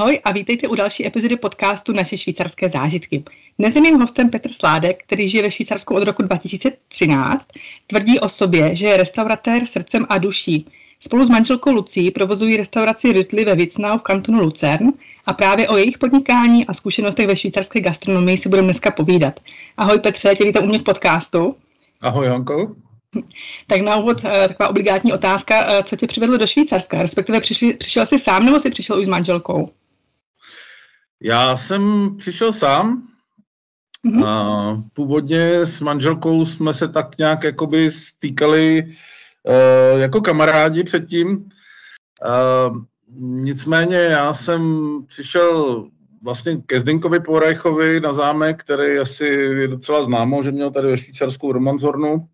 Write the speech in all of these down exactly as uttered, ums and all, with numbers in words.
Ahoj a vítejte u další epizody podcastu Naše švýcarské zážitky. Dnes je mým hostem Petr Sládek, který žije ve Švýcarsku od roku dva tisíce třináct. Tvrdí o sobě, že je restauratér srdcem a duší. Spolu s manželkou Lucí provozují restauraci Rütli ve Witznau v kantonu Lucern a právě o jejich podnikání a zkušenostech ve švýcarské gastronomii si budeme dneska povídat. Ahoj Petře, tě vítám u mě v podcastu. Ahoj Janko. Tak na úvod taková obligátní otázka, co tě přivedlo do Švýcarska, respektive přišli, přišel jsi sám nebo jsi přišel už s manželkou? Já jsem přišel sám. Mm-hmm. A původně s manželkou jsme se tak nějak jakoby stýkali uh, jako kamarádi předtím. Uh, nicméně já jsem přišel vlastně ke Zdenkovi Porajchovi na zámek, který asi je docela známo, že měl tady ve Švýcarsku Romanshornu.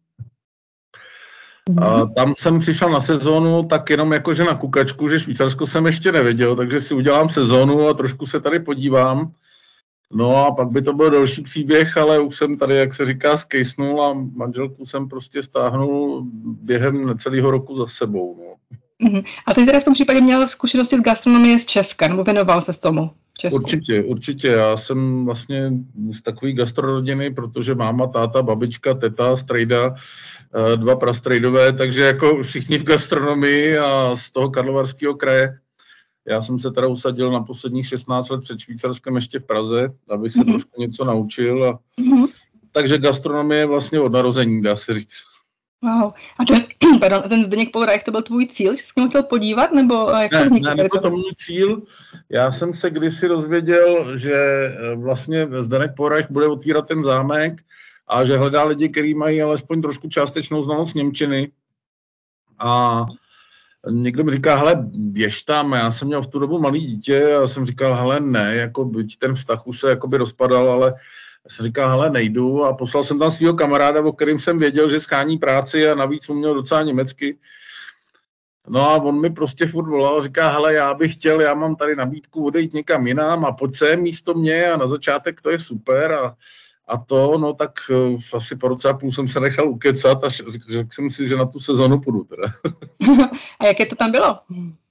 A tam jsem přišel na sezónu tak jenom jakože na kukačku, že Švýcarsko jsem ještě neviděl, takže si udělám sezónu a trošku se tady podívám. No a pak by to byl další příběh, ale už jsem tady, jak se říká, skejsnul a manželku jsem prostě stáhnul během necelého roku za sebou. No. A ty teda v tom případě měl zkušenosti z gastronomie z Česka, nebo věnoval se tomu? Určitě, určitě. Já jsem vlastně z takové gastrorodiny, protože máma, táta, babička, teta, strejda, dva prastrejdové, takže jako všichni v gastronomii a z toho Karlovarského kraje. Já jsem se teda usadil na posledních šestnáct let před Švýcarskem ještě v Praze, abych se mm-hmm. trošku něco naučil. A... Mm-hmm. Takže gastronomie je vlastně od narození, dá se říct. Wow. A ten, pardon, ten Zdeněk Pourajch, to byl tvůj cíl? Jsi s ním chtěl podívat? Nebo jak ne, to vzniklo? Ne, nebyl to můj cíl. Já jsem se kdysi dozvěděl, že vlastně Zdeněk Pourajch bude otvírat ten zámek a že hledá lidi, kteří mají alespoň trošku částečnou znalost němčiny. A někdo mi říká, hele, běž tam. Já jsem měl v tu dobu malý dítě a jsem říkal, hele, ne, jako byť ten vztah už se jakoby rozpadal, ale já jsem říkal, hele, nejdu a poslal jsem tam svého kamaráda, o kterým jsem věděl, že schání práci a navíc mu měl docela německy. No a on mi prostě furt volal a říká, hele, já bych chtěl, já mám tady nabídku odejít někam jinam a pojď sem místo mě a na začátek to je super a, a to, no tak uh, asi po roce a půl jsem se nechal ukecat a řekl, řekl jsem si, že na tu sezonu půjdu teda. A jaké to tam bylo?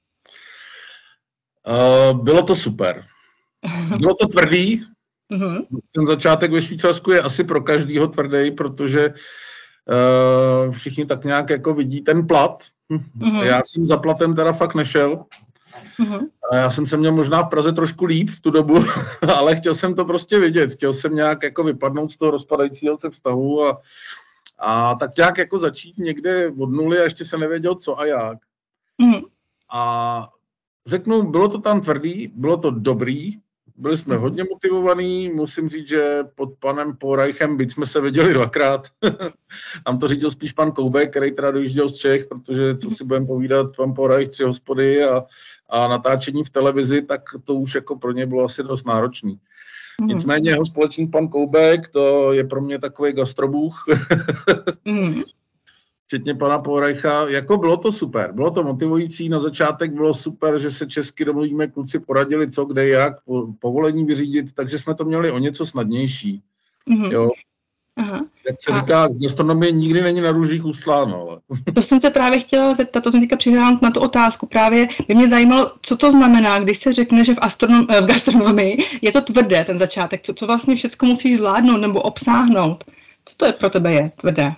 Uh, bylo to super. Bylo to tvrdý. Mm-hmm. Ten začátek ve Švýcarsku je asi pro každýho tvrdý, protože uh, všichni tak nějak jako vidí ten plat. Mm-hmm. Já jsem za platem teda fakt nešel. Mm-hmm. Já jsem se měl možná v Praze trošku líp v tu dobu, ale chtěl jsem to prostě vidět. Chtěl jsem nějak jako vypadnout z toho rozpadajícího se vztahu a, a tak nějak jako začít někde od nuly a ještě se nevěděl co a jak. Mm-hmm. A řeknu, bylo to tam tvrdý, bylo to dobrý, byli jsme hodně motivovaní, musím říct, že pod panem Pourajchem, byť jsme se viděli dvakrát, tam to řídil spíš pan Koubek, který teda dojížděl z Čech, protože co si budeme povídat, pan Pourajch, tři hospody a, a natáčení v televizi, tak to už jako pro ně bylo asi dost náročný. Mm. Nicméně jeho společník pan Koubek, to je pro mě takový gastrobůh, mm. včetně pana Pourajcha, jako bylo to super, bylo to motivující, na začátek bylo super, že se česky domluvíme, kluci poradili co, kde, jak, povolení vyřídit, takže jsme to měli o něco snadnější, mm-hmm. jo. Aha. Jak se a... říká, gastronomie nikdy není na růžích ustláno. Ale... To jsem se právě chtěla zeptat, to jsem teďka přihledala na tu otázku, právě by mě zajímalo, co to znamená, když se řekne, že v, astronom- v gastronomii je to tvrdé, ten začátek, co, co vlastně všechno musíš zvládnout nebo obsáhnout, co to je pro tebe je tvrdé?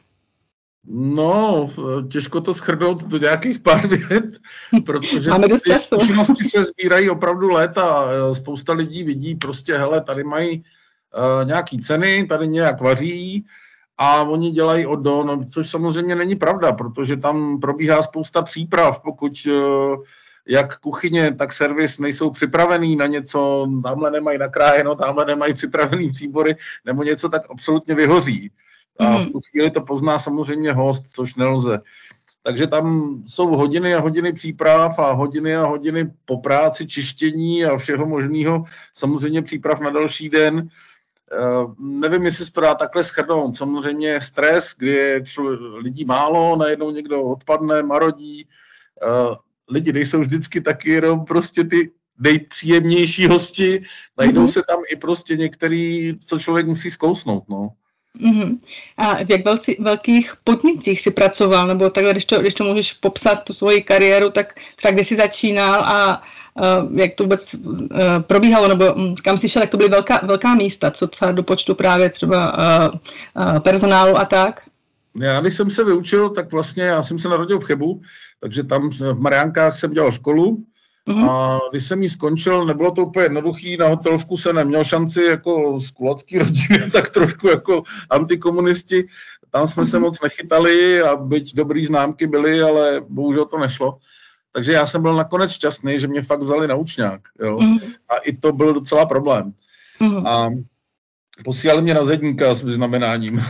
No, těžko to shrnout do nějakých pár vět, protože ty zkušenosti se sbírají opravdu léta. Spousta lidí vidí prostě, hele, tady mají uh, nějaký ceny, tady nějak vaří a oni dělají od do, no, což samozřejmě není pravda, protože tam probíhá spousta příprav, pokud uh, jak kuchyně, tak servis nejsou připravený na něco, tamhle nemají nakrájeno, tamhle nemají připravený příbory, nebo něco tak absolutně vyhoří. A v tu chvíli to pozná samozřejmě host, což nelze. Takže tam jsou hodiny a hodiny příprav a hodiny a hodiny po práci, čištění a všeho možného. Samozřejmě příprav na další den. Uh, nevím, jestli se to dá takhle shrnout. Samozřejmě stres, kdy je člo- lidí málo, najednou někdo odpadne, marodí. Uh, lidi nejsou vždycky taky jenom prostě ty nejpříjemnější hosti. Najdou mm-hmm. se tam i prostě některý, co člověk musí zkousnout, no. Mm-hmm. A v jak velcí, velkých podnicích jsi pracoval, nebo takhle, když to, když to můžeš popsat tu svoji kariéru, tak třeba kde jsi začínal a, jak to vůbec probíhalo, nebo kam jsi šel, jak to byly velká, velká místa, co třeba do počtu právě třeba personálu a tak? Já, když jsem se vyučil, tak vlastně já jsem se narodil v Chebu, takže tam v Mariánkách jsem dělal školu. Mm-hmm. A když jsem ji skončil, nebylo to úplně jednoduchý, na hotelovku jsem neměl šanci jako z kulacký rodiny, tak trošku jako antikomunisti. Tam jsme mm-hmm. se moc nechytali a byť dobrý známky byly, ale bohužel to nešlo. Takže já jsem byl nakonec šťastný, že mě fakt vzali na učňák. Jo? Mm-hmm. A i to byl docela problém. Mm-hmm. A posílali mě na zedníka s vyznamenáním.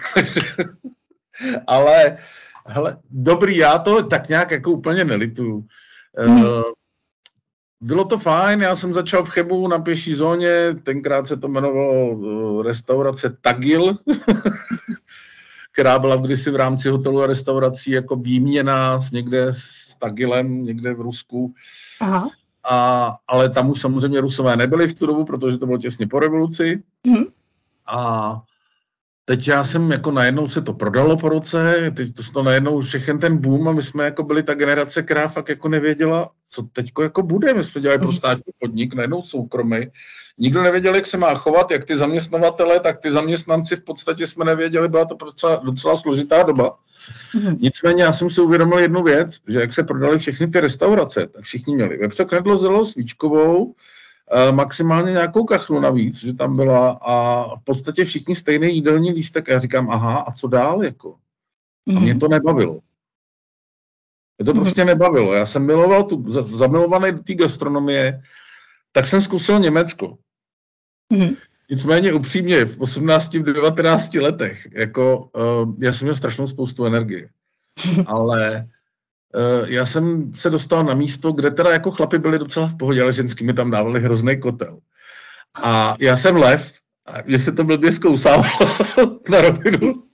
Ale hele, dobrý, já to tak nějak jako úplně nelituju. Mm-hmm. Bylo to fajn, já jsem začal v Chebu na pěší zóně, tenkrát se to jmenovalo restaurace Tagil, která byla kdysi v rámci hotelu a restaurací jako výměna někde s Tagilem, někde v Rusku. Aha. A, ale tam už samozřejmě Rusové nebyli v tu dobu, protože to bylo těsně po revoluci. Mm. A teď já jsem jako najednou se to prodalo po roce, teď to, to najednou všechen ten boom a my jsme jako byli ta generace, která fakt jako nevěděla, co teďko jako bude. My jsme dělali pro státní podnik, najednou soukromý. Nikdo nevěděl, jak se má chovat, jak ty zaměstnavatele, tak ty zaměstnanci v podstatě jsme nevěděli, byla to docela, docela složitá doba. Mm. Nicméně já jsem si uvědomil jednu věc, že jak se prodaly všechny ty restaurace, tak všichni měli vepřoknedlo zelou svíčkovou, maximálně nějakou kachnu navíc, že tam byla a v podstatě všichni stejný jídelní lístek a já říkám, aha, a co dál, jako? A mě to nebavilo. Mě to prostě nebavilo. Já jsem miloval tu, zamilovaný do té gastronomie, tak jsem zkusil Německo. Mm-hmm. Nicméně upřímně v osmnácti, v devatenácti letech, jako uh, já jsem měl strašnou spoustu energie, ale Uh, já jsem se dostal na místo, kde teda jako chlapi byli docela v pohodě, ale ženský mi tam dávali hrozný kotel. A já jsem lev, a mě se to blbě zkousávalo na rovinu.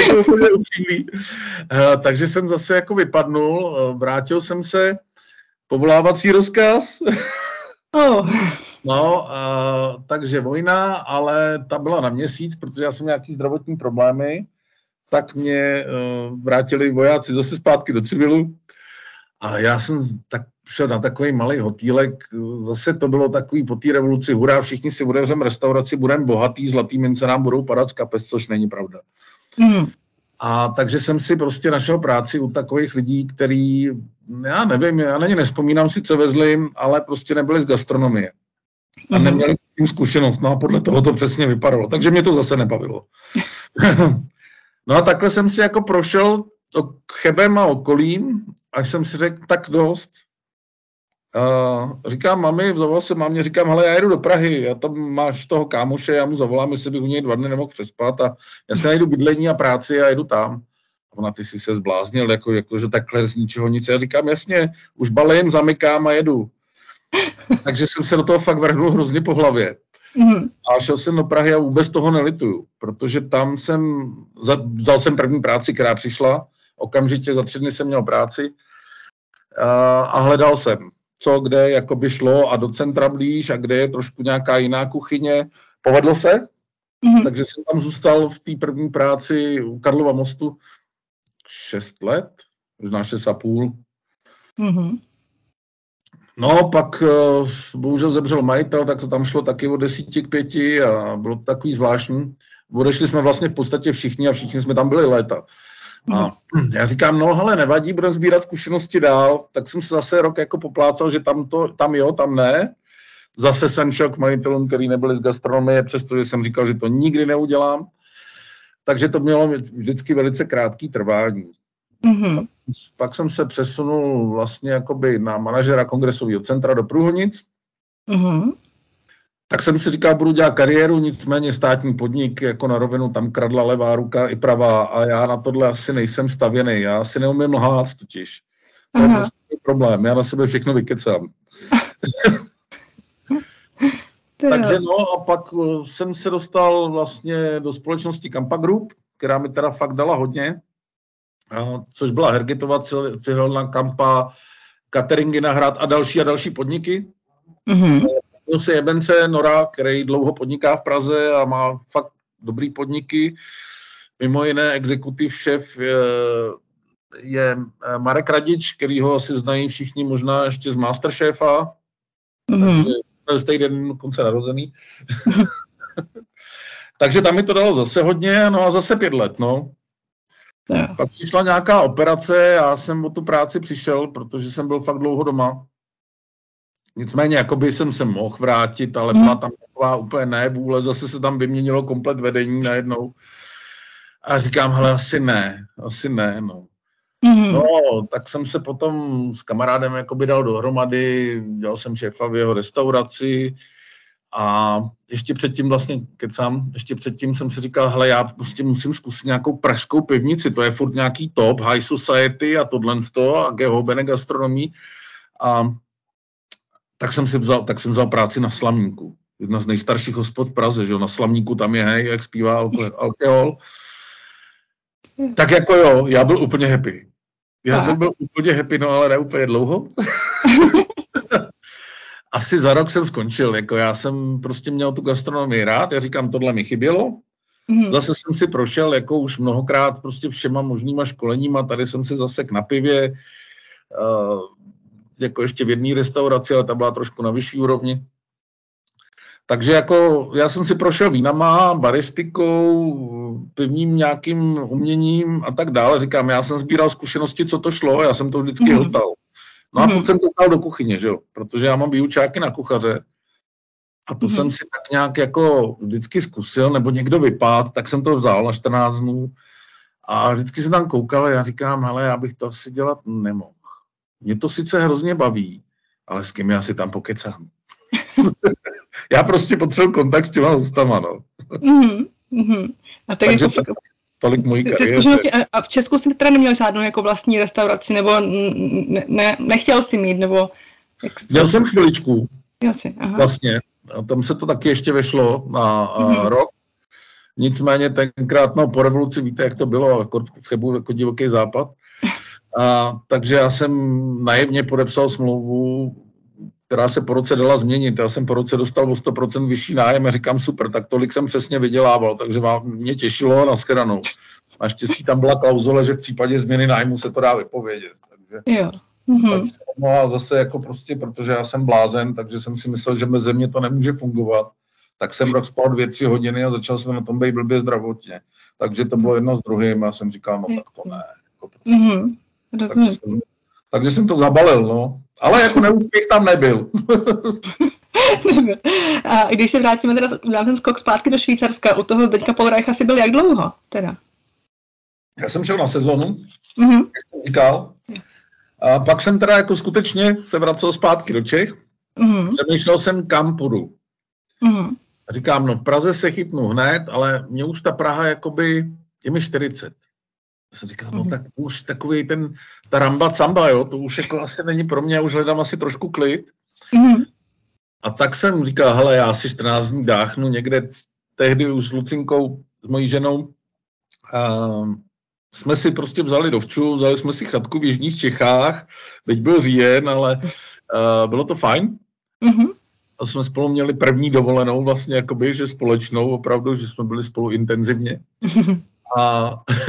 uh, takže jsem zase jako vypadnul, uh, vrátil jsem se, povolávací rozkaz. oh. No, uh, takže vojna, ale ta byla na měsíc, protože já jsem měl nějaký zdravotní problémy, tak mě uh, vrátili vojáci zase zpátky do civilu. A já jsem tak šel na takový malý hotýlek, zase to bylo takový po té revoluci, hurá, všichni si otevřeme restauraci, budeme bohatý, zlatý mince nám budou padat z kapes, což není pravda. Mm. A takže jsem si prostě našel práci u takových lidí, který, já nevím, já na ně nespomínám, sice vezli, ale prostě nebyli z gastronomie. A mm. neměli tím zkušenost, no a podle toho to přesně vypadalo. Takže mě to zase nebavilo. No a takhle jsem si jako prošel Chebem a okolím, až jsem si řekl, tak dost. Uh, říkám mami, zavolal jsem mámě, říkám, hele, já jedu do Prahy, já tam máš toho kámoše, já mu zavolám, jestli bych u něj dva dny nemohl přespat a já si najdu bydlení a práci a jedu tam. A ona, ty jsi se zbláznil, jako, jako, že takhle z ničeho nic. Já říkám, jasně, už balím, zamykám a jedu. Takže jsem se do toho fakt vrhnul hrozně po hlavě. Mm. A šel jsem do Prahy a vůbec toho nelituju, protože tam jsem, vzal jsem první práci, která přišla, okamžitě za tři dny jsem měl práci a, a hledal jsem, co, kde jakoby šlo a do centra blíž a kde je trošku nějaká jiná kuchyně. Povedlo se, mm. takže jsem tam zůstal v té první práci u Karlova mostu šest let, možná šest a půl. Mm. No, pak bohužel zemřel majitel, tak to tam šlo taky od desíti k pěti a bylo to takový zvláštní. Odešli jsme vlastně v podstatě všichni a všichni jsme tam byli léta. A já říkám, no hele, nevadí, budeme sbírat zkušenosti dál, tak jsem se zase rok jako poplácal, že tam, to, tam jo, tam ne. Zase jsem šel k majitelům, který nebyli z gastronomie, přestože jsem říkal, že to nikdy neudělám. Takže to mělo vždycky velice krátký trvání. Mm-hmm. Pak jsem se přesunul vlastně jakoby na manažera kongresového centra do Průhonic. Mm-hmm. Tak jsem si říkal, budu dělat kariéru, nicméně státní podnik jako na rovinu tam kradla levá ruka i pravá a já na tohle asi nejsem stavěný. Já si neumím lhát totiž. To je prostě problém. Já na sebe všechno vykecám. Takže no a pak jsem se dostal vlastně do společnosti Kampa Group, která mi teda fakt dala hodně. Což byla Hergetova, cihelna, Kampa, cateringy na Hrad a další a další podniky. Mm-hmm. Byl si Jebence Nora, který dlouho podniká v Praze a má fakt dobrý podniky. Mimo jiné exekutiv šéf je, je Marek Radič, kterýho asi znají všichni možná ještě z Masterchefa. Mm-hmm. Takže stejný den dokonce narozený. Takže tam mi to dalo zase hodně, no a zase pět let, no. Yeah. Pak přišla nějaká operace, já jsem o tu práci přišel, protože jsem byl fakt dlouho doma. Nicméně, jakoby jsem se mohl vrátit, ale byla tam taková úplně nevůle, zase se tam vyměnilo komplet vedení najednou. A říkám, hele, asi ne, asi ne, no. Mm-hmm. No, tak jsem se potom s kamarádem jakoby dal dohromady, dělal jsem šéfa v jeho restauraci a ještě předtím vlastně kecám, ještě předtím jsem si říkal, hele, já prostě musím zkusit nějakou pražskou pivnici, to je furt nějaký top, high society a tohle a gehobene gastronomii. A tak jsem si vzal, tak jsem vzal práci na Slamníku. Jedna z nejstarších hospod v Praze, že jo, na Slamníku tam je, hej, jak zpívá alkohol. Tak jako jo, já byl úplně happy. Já tak. jsem byl úplně happy, no ale ne úplně dlouho. Asi za rok jsem skončil, jako já jsem prostě měl tu gastronomii rád, já říkám, tohle mi chybělo. Mm. Zase jsem si prošel jako už mnohokrát prostě všema možnýma školeníma, tady jsem si zasek na pivě, uh, jako ještě v jedné restauraci, ale ta byla trošku na vyšší úrovni. Takže jako já jsem si prošel vínama, baristikou, pivním nějakým uměním a tak dále. Říkám, já jsem sbíral zkušenosti, co to šlo, já jsem to vždycky mm-hmm. hltal. No a mm-hmm. furt jsem koukal do kuchyně, že jo, protože já mám výučáky na kuchaře a to mm-hmm. jsem si tak nějak jako vždycky zkusil, nebo někdo vypád, tak jsem to vzal na čtrnáct dnů a vždycky se tam koukal a já říkám, hele, já bych to asi dělat nemohl. Mě to sice hrozně baví, ale s kým já si tam pokecám. Já prostě potřebuji kontakt s těma hostama, no. Mm-hmm, mm-hmm. A tak Takže jako tak, tolik mojí kariéry. A v Česku jsi teda neměl žádnou jako vlastní restauraci, nebo ne, ne, nechtěl jsi mít, nebo... Jak... Měl jsem chviličku, Jsi, aha. vlastně. A tam se to taky ještě vešlo na mm-hmm. rok. Nicméně tenkrát, no po revoluci, víte, jak to bylo, jako v Chebu, jako divoký západ. A, takže já jsem naivně podepsal smlouvu, která se po roce dala změnit. Já jsem po roce dostal o sto procent vyšší nájem a říkám super, tak tolik jsem přesně vydělával, takže mě těšilo na shledanou. Naštěstí tam byla klauzule, že v případě změny nájmu se to dá vypovědět. Takže, jo. Mm-hmm. takže no a zase jako prostě, protože já jsem blázen, takže jsem si myslel, že bez země to nemůže fungovat. Tak jsem rok spal dvě, tři hodiny a začal jsem na tom být blbě zdravotně. Takže to bylo jedno s druhým a já jsem říkal, no tak to ne. Jako prostě. Mm-hmm. Takže, jsem, takže jsem to zabalil, no. Ale jako neúspěch tam nebyl. nebyl. A když se vrátíme teda na ten skok zpátky do Švýcarska, u toho Zdeňka Polreicha si byl jak dlouho teda? Já jsem šel na sezonu, mm-hmm. jak jsem říkal. A pak jsem teda jako skutečně se vracel zpátky do Čech. Mm-hmm. Přemýšlel jsem, kam půjdu. Mm-hmm. A říkám, no v Praze se chytnu hned, ale mě už ta Praha jakoby, je mi čtyřicet. Jsem říkal, no tak už takový ten, ta ramba camba, jo, to už jako asi není pro mě, už hledám asi trošku klid. Mm-hmm. A tak jsem říkal, hele, já si čtrnáct dní dáchnu někde, tehdy už s Lucinkou, s mojí ženou, uh, jsme si prostě vzali dovču, vzali jsme si chatku v jižních Čechách, teď byl říjen, ale uh, bylo to fajn. Mm-hmm. A jsme spolu měli první dovolenou vlastně, jakoby, že společnou, opravdu, že jsme byli spolu intenzivně. Mm-hmm. A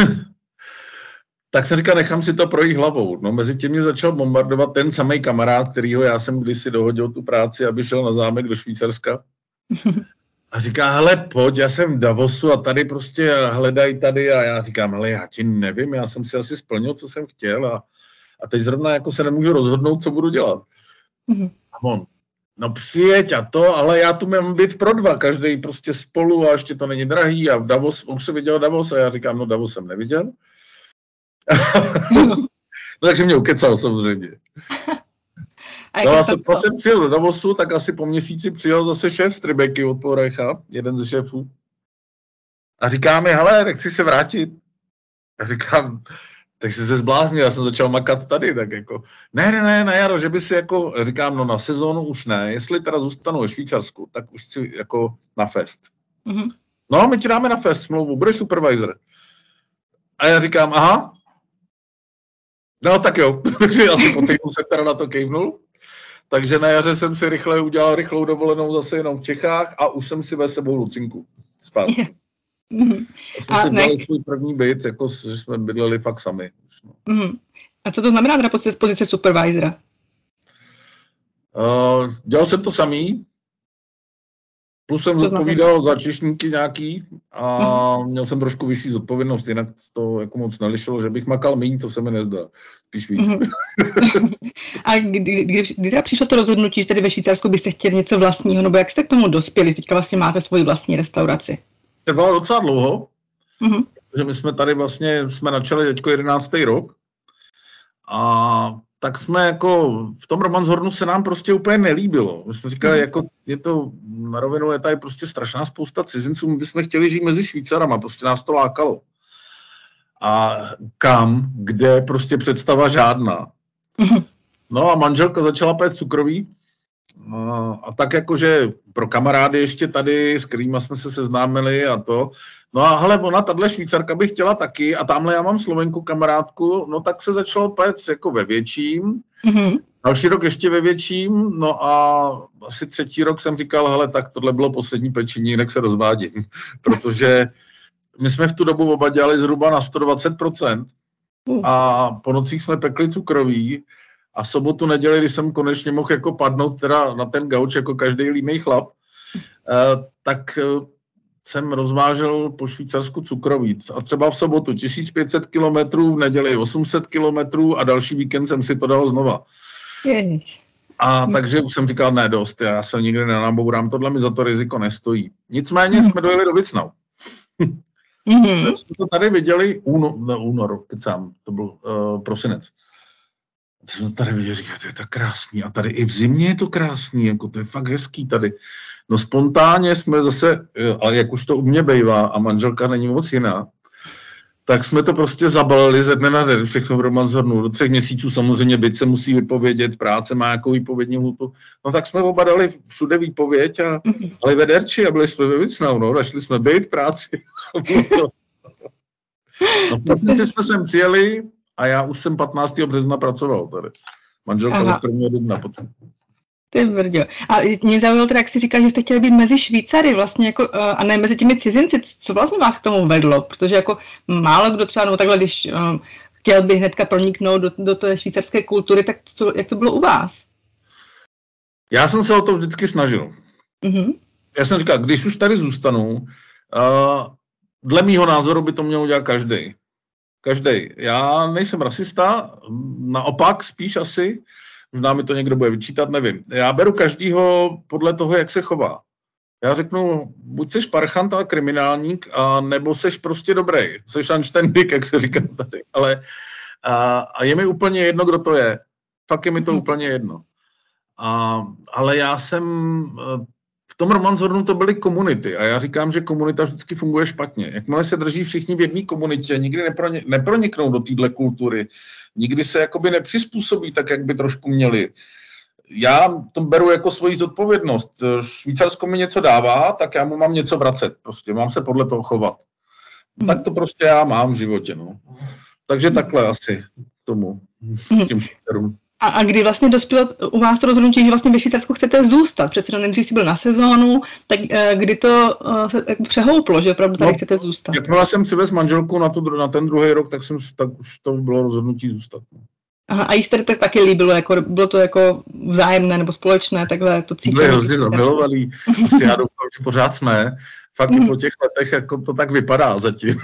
tak jsem říkal, nechám si to projít hlavou. No, mezi tím mě začal bombardovat ten samý kamarád, kterýho já jsem kdysi dohodil tu práci, aby šel na zámek do Švýcarska. A říká, hele, pojď, já jsem v Davosu a tady prostě hledají tady. A já říkám, hele, já ti nevím, já jsem si asi splnil, co jsem chtěl. A, a teď zrovna jako se nemůžu rozhodnout, co budu dělat. Mm-hmm. A on, no přijeď a to, ale já tu mám být pro dva, každý prostě spolu a ještě to není drahý. A v Davos, už jsem viděl Davos a já říkám, no Davos jsem neviděl. No takže mě ukecal samozřejmě. No a se, to jsem přijel do Davosu, tak asi po měsíci přijel zase šéf z Tribeky od Polreicha, jeden ze šéfů. A říká mi, hele, nechci se vrátit. A říkám, tak jsi se zbláznil, já jsem začal makat tady, tak jako, ne, ne, ne, na jaro, že by si jako, říkám, no na sezónu už ne, jestli teda zůstanu ve Švýcarsku, tak už si jako na fest. Mm-hmm. No, my ti dáme na fest smlouvu, budeš supervisor. A já říkám, aha, no tak jo, takže asi po týdnu jsem teda na to kejvnul. Takže na jaře jsem si rychle udělal rychlou dovolenou zase jenom v Čechách a už jsem si ve sebou Lucinku zpátky. Mm-hmm. A jsme a si vzali ne... svůj první byt, jako že jsme bydleli fakt sami. Mm-hmm. A co to znamená teda pozice supervisora? Uh, dělal jsem to samý, plus jsem zodpovídal za češníky nějaký a uh-huh. měl jsem trošku vyšší zodpovědnost, jinak to jako moc nelišilo, že bych makal míň, to se mi nezdá, spíš víc. Uh-huh. A kdy, kdy, kdy teda přišlo to rozhodnutí, že tady ve Švýcarsku byste chtěli něco vlastního, nebo jak jste k tomu dospěli, teďka vlastně máte svoji vlastní restauraci? Trvalo docela dlouho, uh-huh. protože my jsme tady vlastně, jsme načali teďko jedenáctý rok a tak jsme jako, v tom Romanshornu se nám prostě úplně nelíbilo. My jsme říkali, mm. jako je to, na rovinu je tady prostě strašná spousta cizinců, my bychom chtěli žít mezi Švýcarama, prostě nás to lákalo. A kam, kde prostě představa žádná. Mm. No a manželka začala péct cukroví a, a tak jakože pro kamarády ještě tady, s kterýma jsme se seznámili a to. No a hele, ona, tahle Švýcarka by chtěla taky a tamhle já mám Slovenku kamarádku, no tak se začalo péct jako ve větším, mm-hmm. další rok ještě ve větším, no a asi třetí rok jsem říkal, hele, tak tohle bylo poslední pečení, jinak se rozvádím, protože my jsme v tu dobu oba dělali zhruba na sto dvacet procent a po nocích jsme pekli cukroví a sobotu, neděli, když jsem konečně mohl jako padnout teda na ten gauč jako každý línej chlap, eh, tak jsem rozvážel po Švýcarsku cukrovíc. A třeba v sobotu tisíc pět set kilometrů, v neděli osm set kilometrů a další víkend jsem si to dal znova. Jež. A takže už jsem říkal, ne dost, já se nikdy nenabourám, tohle mi za to riziko nestojí. Nicméně mm. jsme dojeli do Vicnau. Mm-hmm. Jsme to tady viděli úno, ne, únor, kecám, to byl uh, prosinec. Jsme tady viděli, říkali, to je tak krásný. A tady i v zimě je to krásný, jako to je fakt hezký tady. No spontánně jsme zase, ale jak už to u mě bejvá a manželka není moc jiná, tak jsme to prostě zabalili ze dne na den, všechno v Romanshornu. Do třech měsíců samozřejmě byt se musí vypovědět, práce má jakou výpovědní lhůtu. No tak jsme oba dali všude výpověď a ale vederči a byli jsme ve Vicnau, no, našli jsme byt, práci. No v prosinci jsme sem přijeli a já už jsem patnáctého března pracoval tady. Manželka od prvního dubna potom. Ty brďo. A mě zaujalo teda, jak jsi říkal, že jste chtěli být mezi Švýcary vlastně jako, a ne mezi těmi cizinci. Co vlastně vás k tomu vedlo? Protože jako málo kdo třeba, no takhle, když um, chtěl by hnedka proniknout do, do té švýcarské kultury, tak co, jak to bylo u vás? Já jsem se o to vždycky snažil. Mm-hmm. Já jsem říkal, když už tady zůstanu, uh, dle mýho názoru by to měl udělat každej. Každej. Já nejsem rasista, naopak spíš asi, možná mi to někdo bude vyčítat, nevím. Já beru každýho podle toho, jak se chová. Já řeknu, buď seš parchant a kriminálník, a nebo seš prostě dobrý. Seš anštendik, jak se říká tady. Ale, a, a je mi úplně jedno, kdo to je. Fakt je mi to hmm. úplně jedno. A, ale já jsem... V tom Romanshornu to byly komunity a já říkám, že komunita vždycky funguje špatně. Jakmile se drží všichni v jedné komunitě, nikdy nepronik, neproniknou do téhle kultury, nikdy se jakoby nepřizpůsobí tak, jak by trošku měli. Já to beru jako svoji zodpovědnost. Švýcarsko mi něco dává, tak já mu mám něco vracet. Prostě mám se podle toho chovat. Mm. Tak to prostě já mám v životě. No. Takže takhle asi tomu, mm. těm Švýcarům. A, a kdy vlastně dospělo u vás to rozhodnutí, že vlastně ve Švýcarsku chcete zůstat? Přece nejdřív jsi byl na sezónu, tak kdy to uh, se přehouplo, že opravdu tady no, chcete zůstat? Jakmile jsem přivez manželku na, tu, na ten druhý rok, tak, jsem, tak už to bylo rozhodnutí zůstat. Aha, a jí se tak taky líbilo, jako, bylo to jako vzájemné nebo společné, takhle to cítím. Byli hrozně zamilovaný, asi já doufám, že pořád jsme. Fakt mm. po těch letech jako to tak vypadá zatím.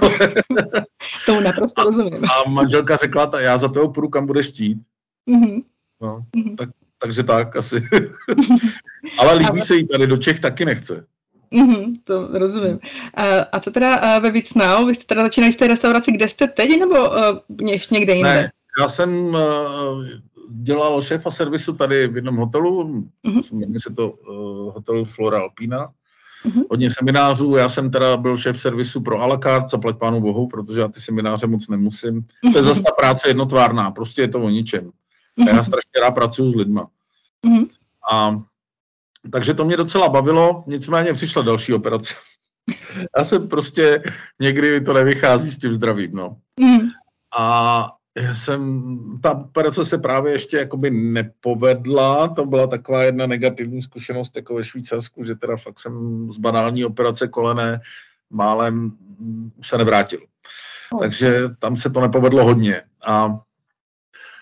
Tomu naprosto a, rozumím. A manželka řekla, já za toho půjdu, kam budeš chtít. Mm-hmm. No, mm-hmm. tak, takže tak asi. Ale líbí a... se jí tady, do Čech taky nechce. Mm-hmm, to rozumím. A, a co teda ve Vicnau? Vy jste teda začínali v té restauraci, kde jste teď, nebo uh, ještě někde jinde? Ne, já jsem uh, dělal šéfa servisu tady v jednom hotelu, mm-hmm. jmenuje se to uh, hotel Flora Alpina. Mm-hmm. Hodně seminářů, já jsem teda byl šéf servisu pro à la carte, zaplať pánu bohu, protože já ty semináře moc nemusím. Mm-hmm. To je zase ta práce jednotvárná, prostě je to o ničem. Mm-hmm. Já strašně rád pracuju s lidma. Mm-hmm. A takže to mě docela bavilo, nicméně přišla další operace. Já jsem prostě, někdy to nevychází s tím zdravím, no. Mm. A já jsem, ta operace se právě ještě jakoby nepovedla, to byla taková jedna negativní zkušenost jako ve Švýcarsku, že teda fakt jsem z banální operace kolené málem se nevrátil. Oh. Takže tam se to nepovedlo hodně. A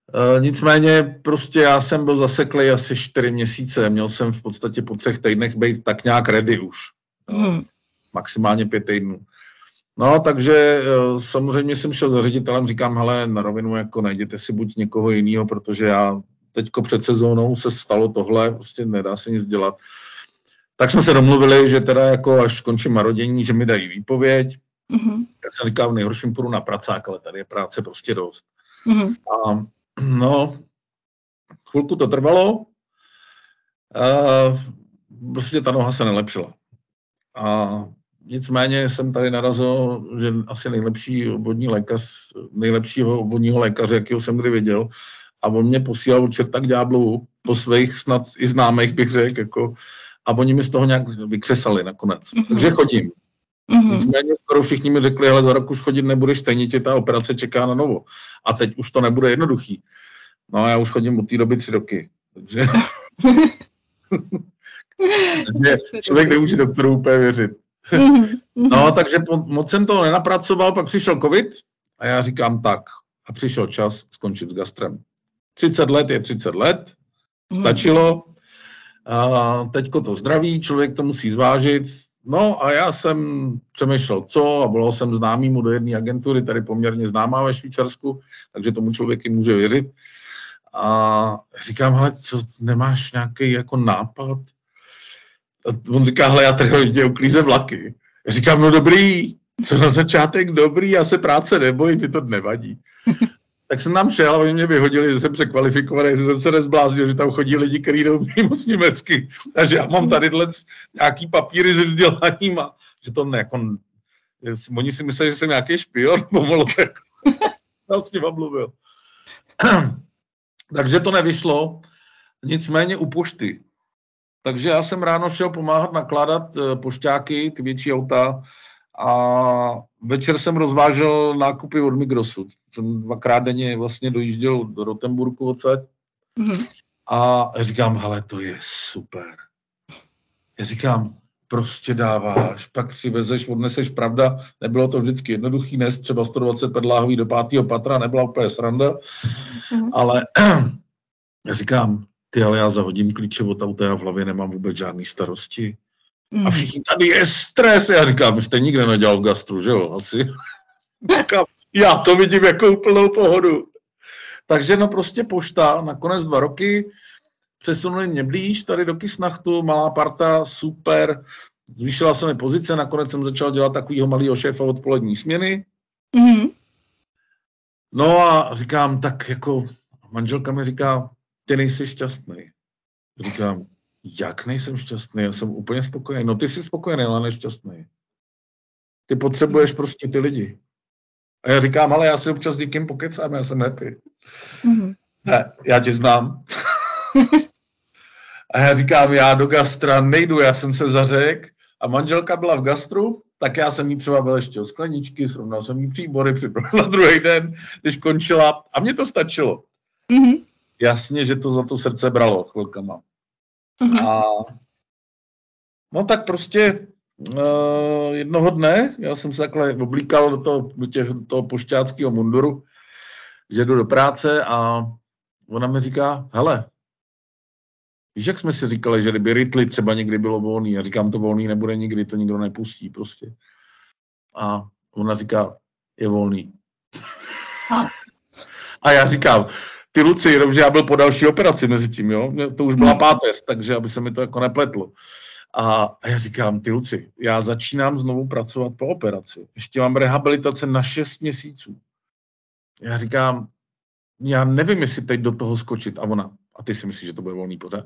E, nicméně prostě já jsem byl zaseklý asi čtyři měsíce, měl jsem v podstatě po třech týdnech být tak nějak ready už. Hmm. Maximálně pět týdnů. No, takže samozřejmě jsem šel za ředitelem, říkám, hele, na rovinu, jako najděte si buď někoho jiného, protože já teďko před sezónou se stalo tohle, prostě nedá se nic dělat. Tak jsme se domluvili, že teda jako až skončím marodění, že mi dají výpověď. Mm-hmm. Jak jsem říkal, v nejhorším půjdu na pracák, ale tady je práce prostě dost. Mm-hmm. A no, chvilku to trvalo, a prostě ta noha se nelepšila. A nicméně jsem tady narazil, že asi nejlepší obvodní lékař, nejlepšího obvodního lékaře, jakýho jsem kdy viděl, a on mě posílal čerta k ďáblu po svých snad i známých, bych řekl, jako, a oni mi z toho nějak vykřesali nakonec. Mm-hmm. Takže chodím. Mm-hmm. Nicméně skoro všichni mi řekli, hele, za rok už chodit nebudeš, stejně tě ta operace čeká na novo. A teď už to nebude jednoduchý. No a já už chodím od té doby tři roky. Takže, takže člověk nemůže doktoru úplně věřit. No, takže moc jsem toho nenapracoval, pak přišel covid a já říkám tak. A přišel čas skončit s gastrem. třicet let je třicet let, stačilo. A teďko to zdraví, člověk to musí zvážit. No a já jsem přemýšlel co a volal jsem známýmu do jedné agentury, tady poměrně známá ve Švýcarsku, takže tomu člověk i může věřit. A říkám, hele, co, nemáš nějaký jako nápad? A on říká, hele, já tady hodně uklízem vlaky. Já říkám, no dobrý, co na začátek dobrý, já se práce nebojím, mi to nevadí. Tak jsem tam šel a oni mě vyhodili, že jsem překvalifikovaný, že jsem se nezbláznil, že tam chodí lidi, kteří jdou moc německy. Takže já mám tady nějaký papíry se vzděláním a že to ne, jako, oni si mysleli, že jsem nějaký špion, pomalu, jako, já s nima mluvil. Takže to nevyšlo, nicméně u pošty. Takže já jsem ráno šel pomáhat nakládat pošťáky, ty větší auta, a večer jsem rozvážel nákupy od Migrosu. Jsem dvakrát denně vlastně dojížděl do Rotenburku odsaď. Mm-hmm. A říkám, hele, to je super. Já říkám, prostě dáváš, pak přivezeš, odneseš, pravda, nebylo to vždycky jednoduchý, nes třeba sto dvacet pedláhový do pátého patra, nebyla úplně sranda, mm-hmm. ale já říkám, ty, ale já zahodím klíče od auta, já v hlavě nemám vůbec žádný starosti. Mm. A všichni, tady je stres. Já říkám, jste nikde nedělal v gastru, že jo? Asi. Já to vidím jako úplnou pohodu. Takže no prostě pošta, nakonec dva roky, přesunuli mě blíž, tady do Kysnachtu, malá parta, super, zvýšila se mi pozice, nakonec jsem začal dělat takovýho malýho šéfa odpolední směny. Mm. No a říkám, tak jako, manželka mi říká, ty nejsi šťastný. Říkám, jak nejsem šťastný, já jsem úplně spokojený. No ty jsi spokojený, ale nešťastný. Ty potřebuješ prostě ty lidi. A já říkám, ale já si občas s někým pokecám, já jsem happy. Mm-hmm. Ne, já tě znám. A já říkám, já do gastra nejdu, já jsem se zařekl a manželka byla v gastru, tak já jsem jí třeba vyleštěl skleničky, srovnal jsem jí příbory, připravil na druhý den, když končila a mně to stačilo. Mm-hmm. Jasně, že to za to srdce bralo chvilkama. Mm-hmm. A no tak prostě uh, jednoho dne, já jsem se takhle oblíkal do toho, do těch, do toho pošťáckého munduru, že jdu do práce a ona mi říká, hele, víš, jak jsme si říkali, že kdyby Ritli třeba někdy bylo volný, já říkám, to volný nebude nikdy, to nikdo nepustí prostě. A ona říká, je volný. A já říkám, ty Luci, jenomže já byl po další operaci mezi tím, jo, to už byla páteř, takže aby se mi to jako nepletlo. A, a já říkám, ty Luci, já začínám znovu pracovat po operaci, ještě mám rehabilitace na šest měsíců. Já říkám, já nevím, jestli teď do toho skočit. A ona, a ty si myslíš, že to bude volný pořád?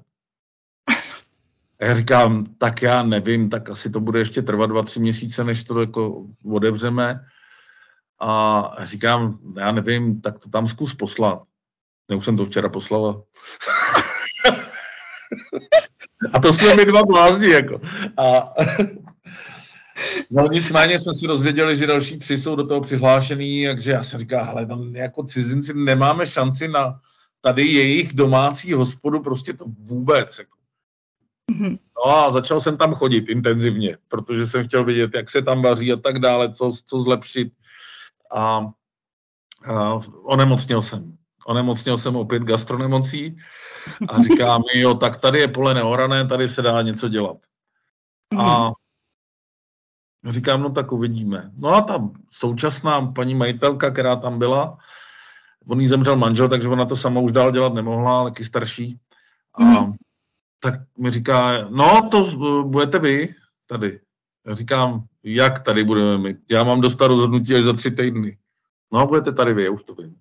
A já říkám, tak já nevím, tak asi to bude ještě trvat dva, tři měsíce, než to jako otevřeme. A říkám, já nevím, tak to tam zkus poslat. Já už jsem to včera poslala. A to jsme my dva blázni, jako. A no nicméně jsme si dozvěděli, že další tři jsou do toho přihlášený, takže já jsem říkal, hele, tam jako cizinci nemáme šanci na tady jejich domácí hospodu, prostě to vůbec. Jako. Mm-hmm. No a začal jsem tam chodit intenzivně, protože jsem chtěl vidět, jak se tam vaří a tak dále, co, co zlepšit. A, a onemocněl jsem. onemocněl jsem opět gastronemocí a říká mi, jo, tak tady je pole neorané, tady se dá něco dělat. A říkám, no tak uvidíme. No a ta současná paní majitelka, která tam byla, on jí zemřel manžel, takže ona to sama už dál dělat nemohla, taky starší. A mm. tak mi říká, no to budete vy tady. Já říkám, jak tady budeme my? Já mám dostat rozhodnutí až za tři týdny. No budete tady vy, já už to vím.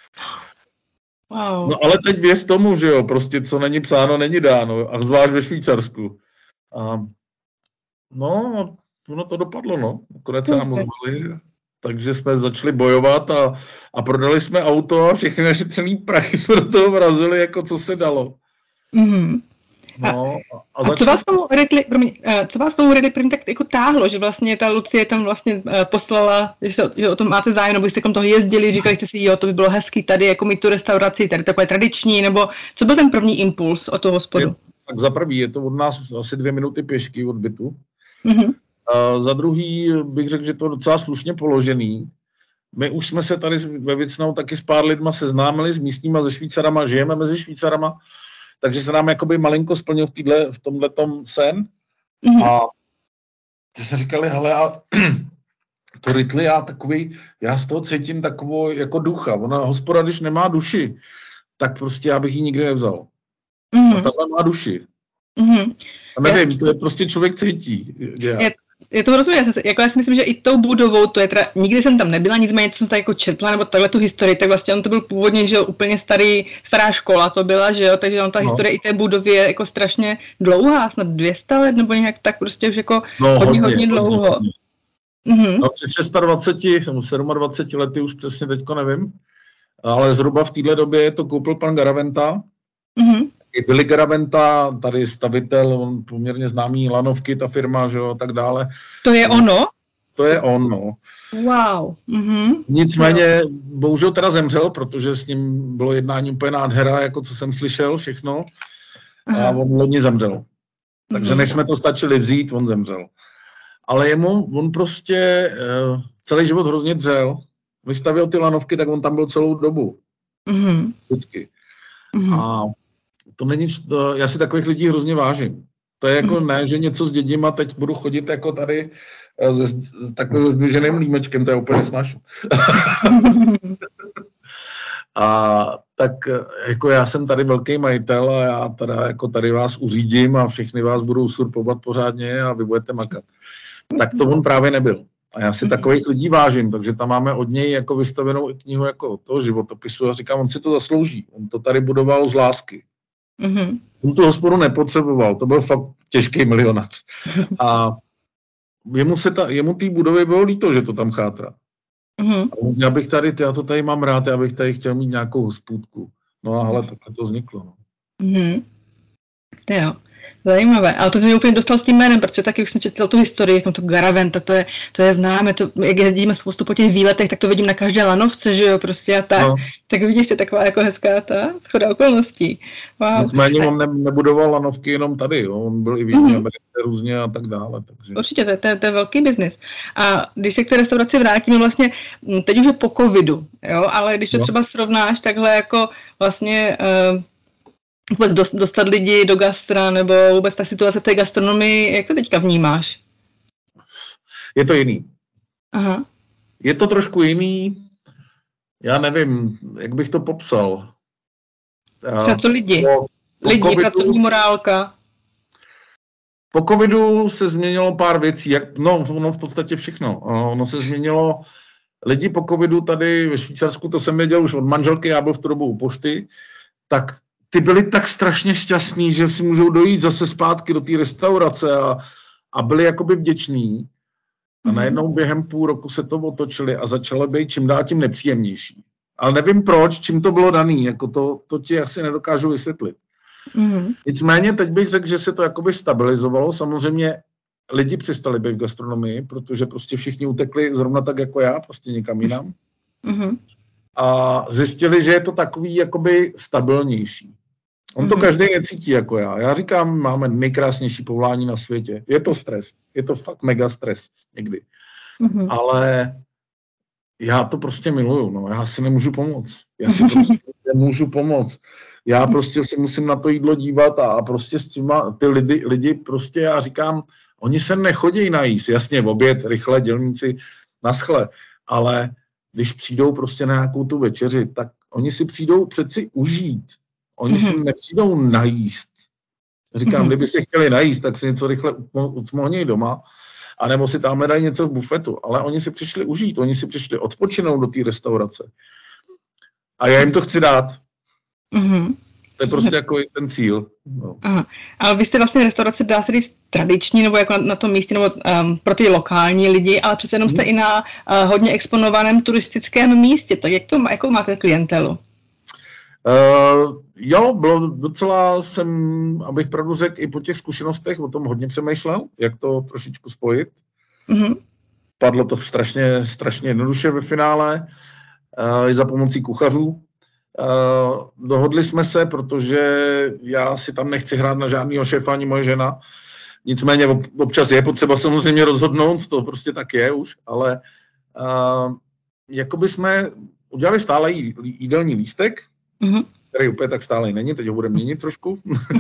Wow. No ale teď věř tomu, že jo, prostě co není psáno, není dáno. A zvlášť ve Švýcarsku. A no, ono to dopadlo, no. Akorát se nám ozvali. Takže jsme začali bojovat a, a prodali jsme auto a všechny naše cenný prachy jsme do toho vrazili, jako co se dalo. Mm-hmm. No, a, a, a co vás tomu Ridley, promiň, co vás tomu Ridley první tak jako táhlo, že vlastně ta Lucie tam vlastně uh, poslala, že, se, že o tom máte zájem, nebo jste tam toho jezdili, říkali jste si, jo, to by bylo hezký tady, jako mít tu restauraci, tady takové tradiční, nebo co byl ten první impuls od toho hospodu? Je, tak za prvý je to od nás asi dvě minuty pěšky od bytu. Mm-hmm. Uh, za druhý bych řekl, že to je docela slušně položený. My už jsme se tady ve Vicnou taky s pár lidma seznámili, s místníma, se Švýcarama, žijeme mezi Švýcarama, takže se nám jakoby malinko splnil v, týdle, v tomhletom sen. Mm-hmm. A ty se říkali, hele, a to Ridley, já takový, já z toho cítím takovou jako ducha. Ona, hospoda, když nemá duši, tak prostě já bych ji nikdy nevzal. Mm-hmm. A tahle má duši. Mm-hmm. A nevím, já, to je prostě člověk cítí. Je, je to rozumím, já, jako já si myslím, že i tou budovou, to je teda, nikdy jsem tam nebyla, nicméně co jsem tam jako četla, nebo takhle tu historii, tak vlastně on to byl původně, že jo, úplně starý, stará škola to byla, že jo, takže on ta no. historie i té budovy je jako strašně dlouhá, snad dvě stě let, nebo nějak tak prostě už jako no, hodně, hodně, hodně dlouho. Hodně. Mm-hmm. No před dvaceti šesti, dvaceti sedmi lety, už přesně teďko nevím, ale zhruba v téhle době to koupil pan Garaventa. Mm-hmm. I Billy Garaventa, tady stavitel, on poměrně známý lanovky, ta firma, že jo, tak dále. To je ono? To je on, no. Wow. Mm-hmm. Nicméně, bohužel teda zemřel, protože s ním bylo jednání úplně nádhera, jako co jsem slyšel, všechno. Aha. A on loni zemřel. Takže mm-hmm. než jsme to stačili vzít, on zemřel. Ale jemu, on prostě uh, celý život hrozně dřel. Vystavil ty lanovky, tak on tam byl celou dobu. Mm-hmm. Vždycky. Mm-hmm. A to není, to, já si takových lidí hrozně vážím. To je jako mm. ne, že něco zdědím a teď budu chodit jako tady se, takhle se zdviženým límečkem, to je úplně nesnáším. A tak jako já jsem tady velký majitel a já teda jako tady vás uřídím a všechny vás budou usurpovat pořádně a vy budete makat. Tak to on právě nebyl. A já si takových lidí vážím, takže tam máme od něj jako vystavenou i knihu jako toho životopisu a říkám, on si to zaslouží. On to tady budoval z lásky. Mm-hmm. On tu hospodu nepotřeboval, to byl fakt těžký milionář. A jemu se ta, jemu té budovy bylo líto, že to tam chátrá. Mm-hmm. A já bych tady, já to tady mám rád, já bych tady chtěl mít nějakou hospůdku. No a hele, takhle to vzniklo. No. Mm-hmm. Jo. Zajímavé, ale to jsem úplně dostal s tím jménem, protože taky už jsem četl tu historii, jako to Garaventa, to je, to je známe, to, jak jezdíme spoustu po těch výletech, tak to vidím na každé lanovce, že jo, prostě a tak, no. Tak vidíš, to je taková jako hezká ta shoda okolností. Wow. Nicméně on ne, nebudoval lanovky jenom tady, jo, on byl i v Jižní mm-hmm. Americe různě a tak dále. Takže... Určitě, to je, to, je, to je velký biznis. A když se k té restauraci vrátíme vlastně, teď už je po covidu, jo, ale když to no. třeba srovnáš takhle jako vlastně... Uh, vůbec dostat lidi do gastra, nebo vůbec ta situace té gastronomii, jak to teďka vnímáš? Je to jiný. Aha. Je to trošku jiný, já nevím, jak bych to popsal. A co lidi? Po, po lidi, covidu, pracovní morálka. Po covidu se změnilo pár věcí, jak, no, no v podstatě všechno. Ono se změnilo, lidi po covidu tady ve Švýcarsku, to jsem věděl už od manželky, já byl v tu dobu u pošty, tak ty byli tak strašně šťastní, že si můžou dojít zase zpátky do té restaurace a, a byli jakoby vděční. A najednou během půl roku se to otočili a začalo být čím dál tím nepříjemnější. Ale nevím proč, čím to bylo daný, jako to, to ti asi nedokážu vysvětlit. Mm-hmm. Nicméně teď bych řekl, že se to jakoby stabilizovalo. Samozřejmě lidi přestali být v gastronomii, protože prostě všichni utekli zrovna tak jako já, prostě někam jinam. Mm-hmm. A zjistili, že je to takový jakoby stabilnější. On to mm-hmm. každý necítí jako já. Já říkám, máme nejkrásnější povolání na světě. Je to stres. Je to fakt mega stres někdy. Mm-hmm. Ale já to prostě miluju. No. Já si nemůžu pomoct. Já si prostě, nemůžu pomoct. Já prostě si musím na to jídlo dívat a, a prostě s těma, ty lidi, lidi prostě já říkám, oni se nechodí najíst, jasně v oběd, rychle, dělníci, naschle, ale když přijdou prostě na nějakou tu večeři, tak oni si přijdou přeci užít. Oni mm-hmm. si nepřijdou najíst. Říkám, mm-hmm. kdyby si chtěli najíst, tak si něco rychle ucmohnějí doma, anebo si tam dají něco v bufetu. Ale oni si přišli užít, oni si přišli odpočinout do té restaurace. A já jim to chci dát. Mm-hmm. To je prostě jako ten cíl. No. Aha. Ale vy jste vlastně restaurace, dá se říct, tradiční, nebo jako na, na tom místě, nebo um, pro ty lokální lidi, ale přece jenom jste mm. i na uh, hodně exponovaném turistickém místě. Tak jak to, jakou máte klientelu? Uh, jo, bylo docela, jsem, abych pravdu řekl, i po těch zkušenostech o tom hodně přemýšlel, jak to trošičku spojit. Mm-hmm. Padlo to strašně, strašně jednoduše ve finále, uh, i za pomocí kuchařů. Uh, dohodli jsme se, protože já si tam nechci hrát na žádnýho šéfa, ani moje žena. Nicméně občas je potřeba samozřejmě rozhodnout, to prostě tak je už, ale uh, jakoby jsme udělali stále jídelní lístek, mm-hmm. který úplně tak stále není, teď ho budeme měnit trošku,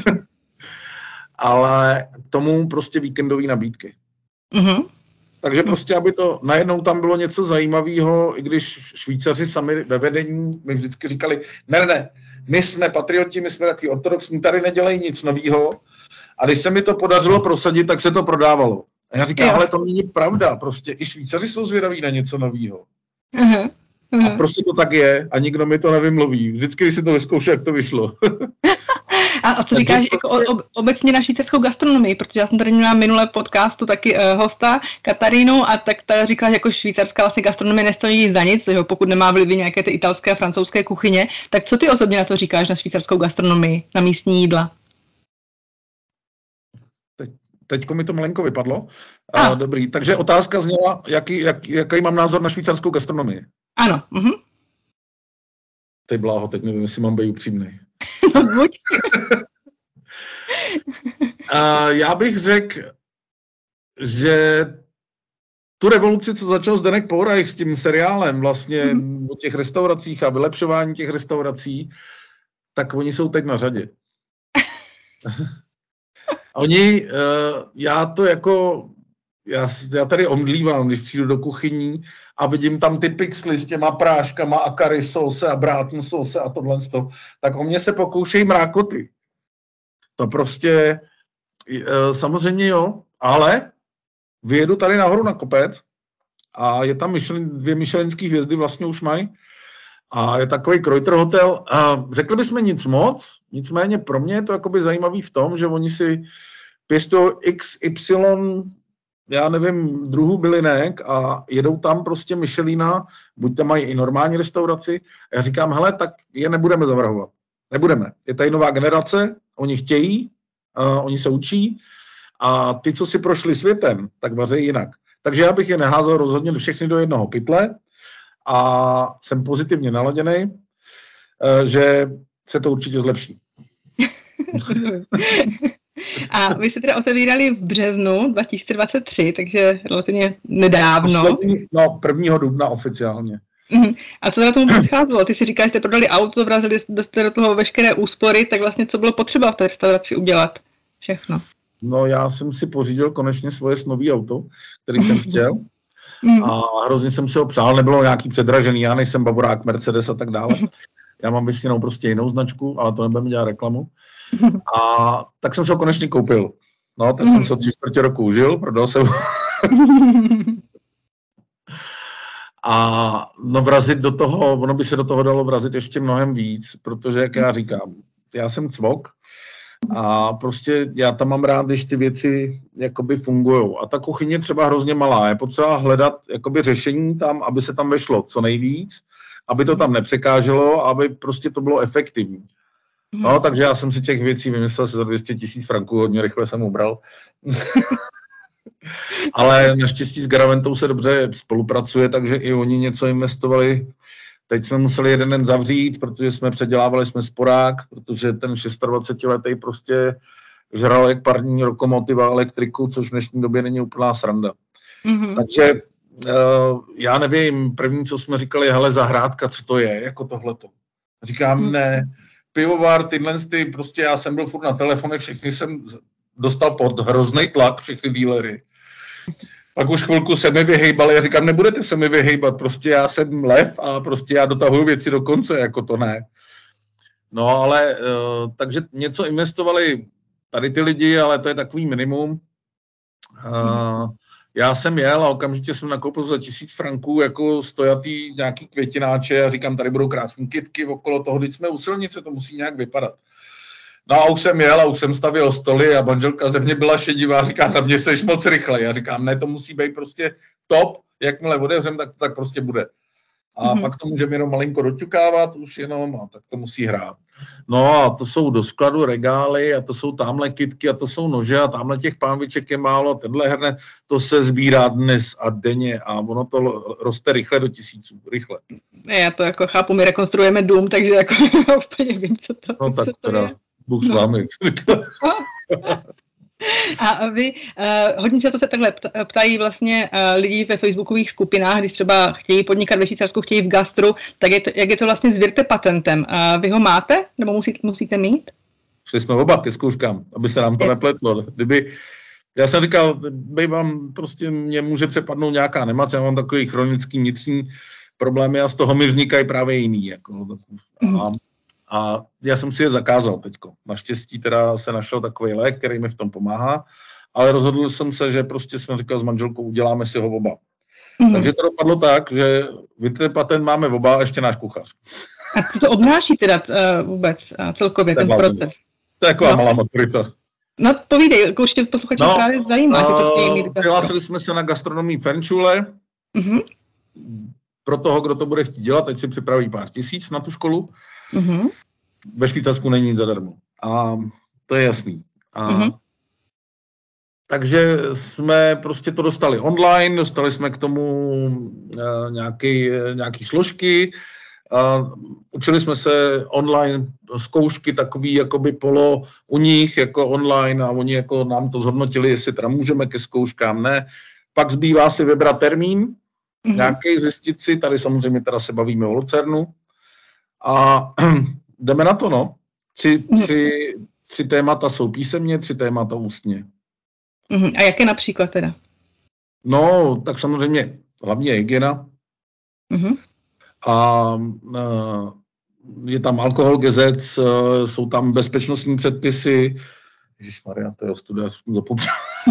ale k tomu prostě víkendové nabídky. Mm-hmm. Takže prostě, aby to najednou tam bylo něco zajímavého, i když Švýcaři sami ve vedení mi vždycky říkali, ne, ne, my jsme patrioti, my jsme taky ortodoxní, tady nedělají nic novýho. A když se mi to podařilo prosadit, tak se to prodávalo. A já říkám, jo. Ale to není pravda, prostě i Švýcaři jsou zvědaví na něco novýho. Uh-huh. Uh-huh. A prostě to tak je a nikdo mi to nevymluví. Vždycky, když si to vyzkoušel, jak to vyšlo. A co říkáš jako ob, obecně na švýcarskou gastronomii, protože já jsem tady měla minulé podcastu taky uh, hosta Katarínu a tak ta říkala, že jako švýcarská vlastně gastronomie nestojí za nic, že pokud nemá vlivy nějaké ty italské a francouzské kuchyně, tak co ty osobně na to říkáš na švýcarskou gastronomii, na místní jídla? Teď, teďko mi to malinko vypadlo. A. Uh, dobrý, takže otázka zněla, jaký, jak, jaký mám názor na švýcarskou gastronomii. Ano. Uh-huh. Ty bláho, teď nevím, jestli mám být upřímnej. No buď. uh, já bych řekl, že tu revoluci, co začal Zdeněk Pourajch s tím seriálem vlastně mm-hmm. o těch restauracích a vylepšování těch restaurací, tak oni jsou teď na řadě. Oni, uh, já to jako, já, já tady omdlívám, když přijdu do kuchyní a vidím tam ty pixely s těma práškama a curry sauce a braten sauce a tohle sto, tak o mě se pokoušejí mrákoty. To prostě, uh, samozřejmě jo, ale vyjedu tady nahoru na kopec a je tam Michelin, dvě michelinský hvězdy vlastně už mají a je takový Kreuter hotel. A řekli bychom nic moc, nicméně pro mě je to jakoby zajímavý v tom, že oni si pěstují X Y, já nevím, druhů bylinek a jedou tam prostě Michelina, buď tam mají i normální restauraci. A já říkám, hele, tak je nebudeme zavrhovat. Nebudeme. Je tady nová generace, oni chtějí, uh, oni se učí a ty, co si prošli světem, tak vaří jinak. Takže já bych je neházel rozhodně všechny do jednoho pytle a jsem pozitivně naladěný, uh, že se to určitě zlepší. A vy jste teda otevírali v březnu dva tisíce dvacet tři, takže relativně nedávno. Poslední, no, prvního dubna oficiálně. Uh-huh. A co teda tomu předcházelo? Ty si říkáš, že jste prodali auto, vrazili jste do toho veškeré úspory, tak vlastně co bylo potřeba v té restauraci udělat? Všechno. No já jsem si pořídil konečně svoje nový auto, který jsem chtěl. A hrozně jsem si ho přál, nebylo nějaký předražený, já nejsem bavorák Mercedes a tak dále. Já mám vysněnou prostě jinou značku, ale to nebudeme dělat reklamu. A tak jsem se ho konečně koupil. No, tak jsem se tři čtvrtě roku užil, prodal jsem ho. A no vrazit do toho, ono by se do toho dalo vrazit ještě mnohem víc, protože, jak já říkám, já jsem cvok a prostě já tam mám rád, když ty věci jakoby fungujou. A ta kuchyně třeba hrozně malá, je potřeba hledat jakoby řešení tam, aby se tam vešlo co nejvíc, aby to tam nepřekáželo, aby prostě to bylo efektivní. No, takže já jsem si těch věcí vymyslel se za dvě stě tisíc franků, hodně rychle jsem ubral. Ale naštěstí s Garaventou se dobře spolupracuje, takže i oni něco investovali. Teď jsme museli jeden den zavřít, protože jsme předělávali jsme sporák, protože ten dvacetišestiletý prostě žral jak parní lokomotiva elektriku, což v dnešní době není úplná sranda. Mm-hmm. Takže uh, já nevím, první, co jsme říkali, hele, zahrádka, co to je, jako tohleto. Říkám, ne, pivovar, tyhle ty, prostě já jsem byl furt na telefonech, všechny jsem dostal pod hrozný tlak, všechny dílery. Pak už chvilku se mi vyhejbali, já říkám, nebudete se mi vyhejbat, prostě já jsem lev a prostě já dotahuju věci do konce, jako to ne. No ale, uh, takže něco investovali tady ty lidi, ale to je takový minimum. Uh, já jsem jel a okamžitě jsem nakoupil za tisíc franků jako stojatý nějaký květináče a říkám, tady budou krásné kytky okolo toho, když jsme u silnice, to musí nějak vypadat. No a už jsem jel a už jsem stavěl stoly a manželka ze mě byla šedivá a říká, za mě seš moc rychle. Já říkám, ne, to musí být prostě top, jakmile otevřem, tak to tak prostě bude. A mm-hmm. pak to můžeme jenom malinko doťukávat už jenom a tak to musí hrát. No a to jsou do skladu regály a to jsou tamhle kytky a to jsou nože a tamhle těch pánviček je málo a tenhle hernet, to se sbírá dnes a denně a ono to roste rychle do tisíců, rychle. Já to jako chápu, my rekonstruujeme dům, takže jako úplně vím, co to, no, tak co to teda, je. Bůh s vámi. A vy uh, hodně často se takhle ptají vlastně uh, lidi ve facebookových skupinách, když třeba chtějí podnikat ve Švýcarsku, chtějí v gastru, tak je to, jak je to vlastně s Virte patentem? Uh, vy ho máte? Nebo musí, musíte mít? Šli jsme oba ke zkouškám, aby se nám to je. nepletlo. Kdyby, já jsem říkal, vám prostě mě může přepadnout nějaká nemoc, já mám takový chronický vnitřní problémy a z toho mi vznikají právě jiný. Jako, mm. a, a já jsem si je zakázal teďko. Naštěstí teda se našel takový lék, který mi v tom pomáhá, ale rozhodl jsem se, že prostě jsem říkal s manželkou, uděláme si ho oba. Mm. Takže to dopadlo tak, že Virte patent máme oba a ještě náš kuchař. A co to obnáší teda uh, vůbec uh, celkově ten proces? To je taková no. malá maturita. No povídej, jako určitě posluchači no, právě zajímá, uh, že to chtějí mít. Přihlásili jsme se na gastronomii Fernschule. Uh-huh. Pro toho, kdo to bude chtít dělat, teď si připraví pár tisíc na tu školu. Uh-huh. Ve Švýcarsku není nic zadarmo. A to je jasný. A uh-huh. Takže jsme prostě to dostali online, dostali jsme k tomu uh, nějaký, uh, nějaký složky, uh, učili jsme se online zkoušky takový jakoby polo u nich jako online a oni jako nám to zhodnotili, jestli teda můžeme ke zkouškám, ne. Pak zbývá si vybrat termín, mm-hmm. nějaký zjistit si, tady samozřejmě teda se bavíme o Lucernu a jdeme na to, no. Tři, tři, tři témata jsou písemně, tři témata ústně. A jaké například teda? No, tak samozřejmě hlavně hygiena. Uh-huh. A uh, je tam alkohol, gezec, uh, jsou tam bezpečnostní předpisy. Ježišmarja, to je ostuda, jsem zapomněl.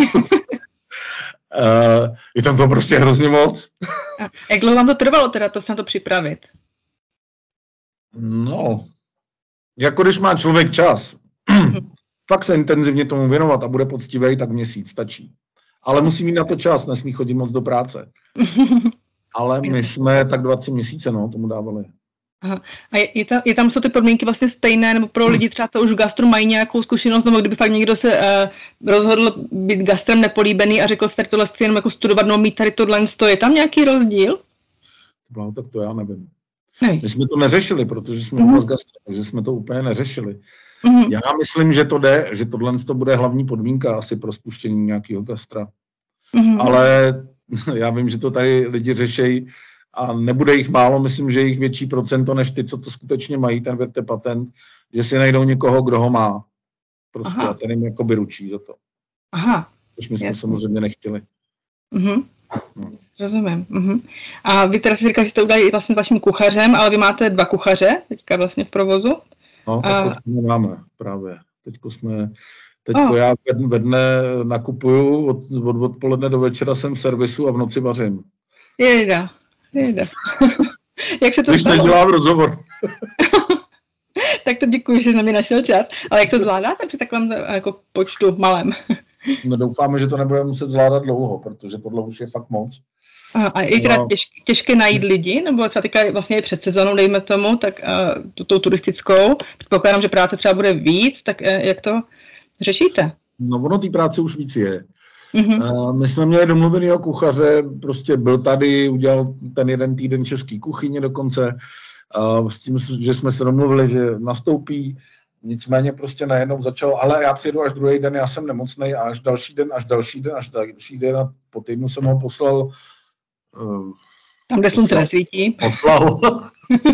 uh, je tam to prostě hrozně moc. A jak dlouho vám to trvalo teda to se na to připravit? No, jako když má člověk čas, fakt se intenzivně tomu věnovat a bude poctivý, tak měsíc stačí. Ale musí mít na to čas, nesmí chodit moc do práce. Ale my jsme tak dvacet měsíce, no, tomu dávali. Aha. A je, je, tam, je tam, jsou ty podmínky vlastně stejné, nebo pro lidi třeba, co už v gastru mají nějakou zkušenost, nebo kdyby fakt někdo se uh, rozhodl být gastrem nepolíbený a řekl si tady tohle chci jenom jako studovat, no mít tady tohle, je tam nějaký rozdíl? No, tak to já nevím. Nej. My jsme to neřešili, protože jsme mm-hmm. u z gastra, takže jsme to úplně neřešili. Mm-hmm. Já myslím, že to jde, že tohle to bude hlavní podmínka asi pro spuštění nějakého gastra. Mm-hmm. Ale já vím, že to tady lidi řešejí a nebude jich málo, myslím, že jich větší procento než ty, co to skutečně mají, ten Virte patent, že si najdou někoho, kdo ho má. Prostě Aha. a ten jim jakoby ručí za to. Aha. Což my jsme Jasně. samozřejmě nechtěli. Mhm. No. Rozumím. Mhm. A vy teda si říkali, že jste udělali vlastně s vaším kuchařem, ale vy máte dva kuchaře teďka vlastně v provozu. No, tak a... teďko nemáme právě. Teďko jsme, teďko oh. já ve dne nakupuju, od, od odpoledne do večera jsem v servisu a v noci vařím. Jejda, jejda. Jak se to Když stalo? Když nedělám rozhovor. Tak to děkuji, že jsi na mě našel čas. Ale jak to zvládáte při takovém jako počtu malém? No doufáme, že to nebudeme muset zvládat dlouho, protože tohle už je fakt moc. A, a je teda těžké, těžké najít lidi, nebo třeba teďka vlastně je před sezónou, dejme tomu, tak uh, tuto turistickou, předpokládám, že práce třeba bude víc, tak uh, jak to řešíte? No ono té práce už víc je. Mm-hmm. Uh, my jsme měli domluvenýho kuchaře, prostě byl tady, udělal ten jeden týden český kuchyně dokonce, uh, s tím, že jsme se domluvili, že nastoupí, nicméně prostě najednou začal, ale já přijedu až druhý den, já jsem nemocnej a až další den, až další den, až další den a po týdnu jsem ho poslal Tam, kde slunce nesvítí. Poslal.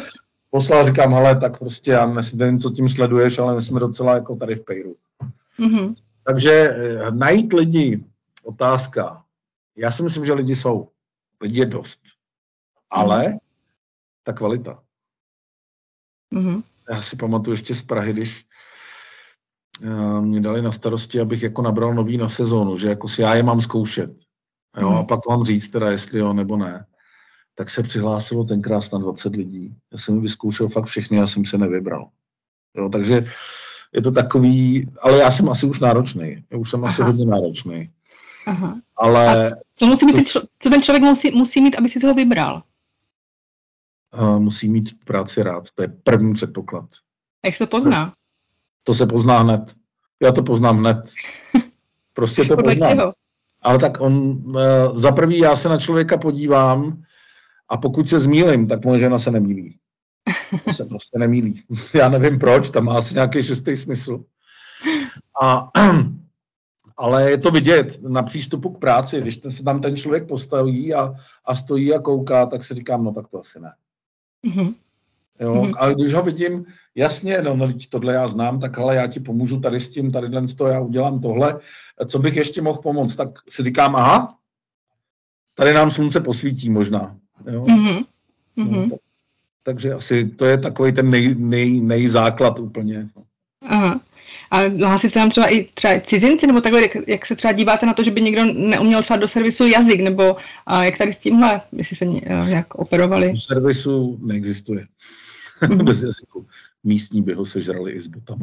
poslal, říkám, hele, tak prostě já nevím, co tím sleduješ, ale my jsme docela jako tady v pejru. Mm-hmm. Takže najít lidi, otázka. Já si myslím, že lidi jsou. Lidi je dost. Ale mm-hmm. ta kvalita. Mm-hmm. Já si pamatuju ještě z Prahy, když uh, mě dali na starosti, abych jako nabral nový na sezónu, že jako si já je mám zkoušet. Jo, mm-hmm. A pak mám říct teda, jestli jo nebo ne. Tak se přihlásilo tenkrát na dvacet lidí. Já jsem vyzkoušel fakt všechny, já jsem se nevybral. Jo, takže je to takový, ale já jsem asi už náročný. Já už jsem Aha. asi hodně náročný. Aha. Ale... Co, musí mít co, co ten člověk musí, musí mít, aby si ho vybral? Uh, musí mít práci rád. To je první předpoklad. Jak se to pozná? To se pozná hned. Já to poznám hned. Prostě to Podle poznám. Čeho? Ale tak on, uh, za prvý já se na člověka podívám a pokud se zmýlím, tak moje žena se nemýlí. To se prostě nemýlí. Já nevím proč, tam má asi nějaký šestý smysl. A, ale je to vidět na přístupu k práci. Když se tam ten člověk postaví a, a stojí a kouká, tak si říkám, no tak to asi ne. Mm-hmm. Jo, mm-hmm. Ale když ho vidím, jasně, no, no tohle já znám, tak ale já ti pomůžu tady s tím, tady dnes to, já udělám tohle. Co bych ještě mohl pomoct? Tak si říkám, aha, tady nám slunce posvítí možná. Jo? Mm-hmm. No, tak, takže asi to je takový ten nej, nej, nejzáklad úplně. Aha. A hlásí se nám třeba i třeba cizinci, nebo takhle, jak, jak se třeba díváte na to, že by někdo neuměl třeba do servisu jazyk, nebo a jak tady s tímhle, jestli se nějak operovali? Do servisu neexistuje. Mm-hmm. Bez jazyku. Místní by ho sežrali i s botama.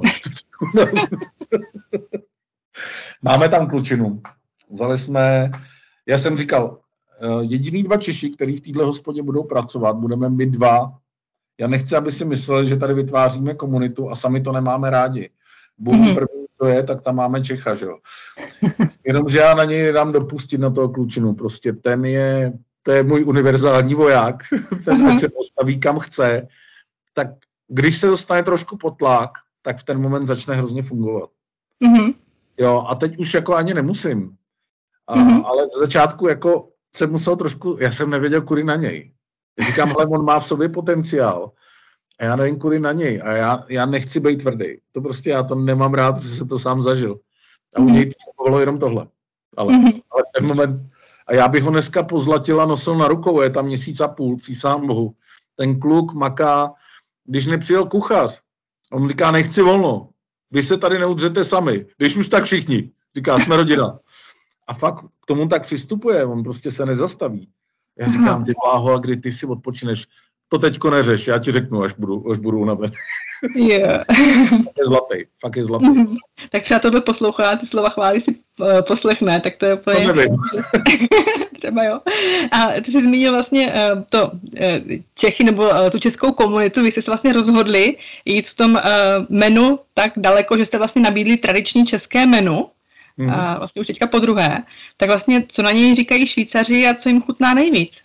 Máme tam klučinu. Vzali jsme, já jsem říkal, jediný dva Češi, kteří v této hospodě budou pracovat, budeme my dva. Já nechci, aby si mysleli, že tady vytváříme komunitu a sami to nemáme rádi. Bůh mm-hmm. první to je, tak tam máme Čecha, že jo. Jenomže já na něj dám dopustit na toho klučinu. Prostě ten je, to je můj univerzální voják. Ten mm-hmm. ať se postaví kam chce. Tak když se dostane trošku pod tlak, tak v ten moment začne hrozně fungovat. Mm-hmm. Jo, a teď už jako ani nemusím. A, mm-hmm. Ale z začátku jako jsem musel trošku, já jsem nevěděl, kudy na něj. Já říkám, ale on má v sobě potenciál. A já nevím, kudy na něj. A já, já nechci být tvrdý. To prostě já to nemám rád, protože jsem to sám zažil. A u něj bylo jenom tohle. Ale, mm-hmm. ale v ten moment, a já bych ho dneska pozlatil a nosil na rukou, je tam měsíc a půl, přísahám Bohu. Ten kluk maká, když nepřijel kuchař, on říká, nechci volno. Vy se tady neudřete sami. Když už tak všichni. Říká, jsme rodina. A fakt k tomu tak přistupuje, on prostě se nezastaví. Já říkám, ty Bláho, a kdy ty si odpočineš, to teďko neřeš, já ti řeknu, až budu, až budu unaven. Yeah. Fakt je zlatý, fakt je zlatý. Mm-hmm. Tak třeba tohle poslouchá, ty slova chvály si uh, poslechne, tak to je úplně... To nevím. Třeba jo. A ty jsi zmínil vlastně uh, to uh, Čechy nebo uh, tu českou komunitu, vy jste se vlastně rozhodli jít v tom uh, menu tak daleko, že jste vlastně nabídli tradiční české menu, mm-hmm. a vlastně už teďka po druhé. Tak vlastně co na něj říkají Švýcaři a co jim chutná nejvíc?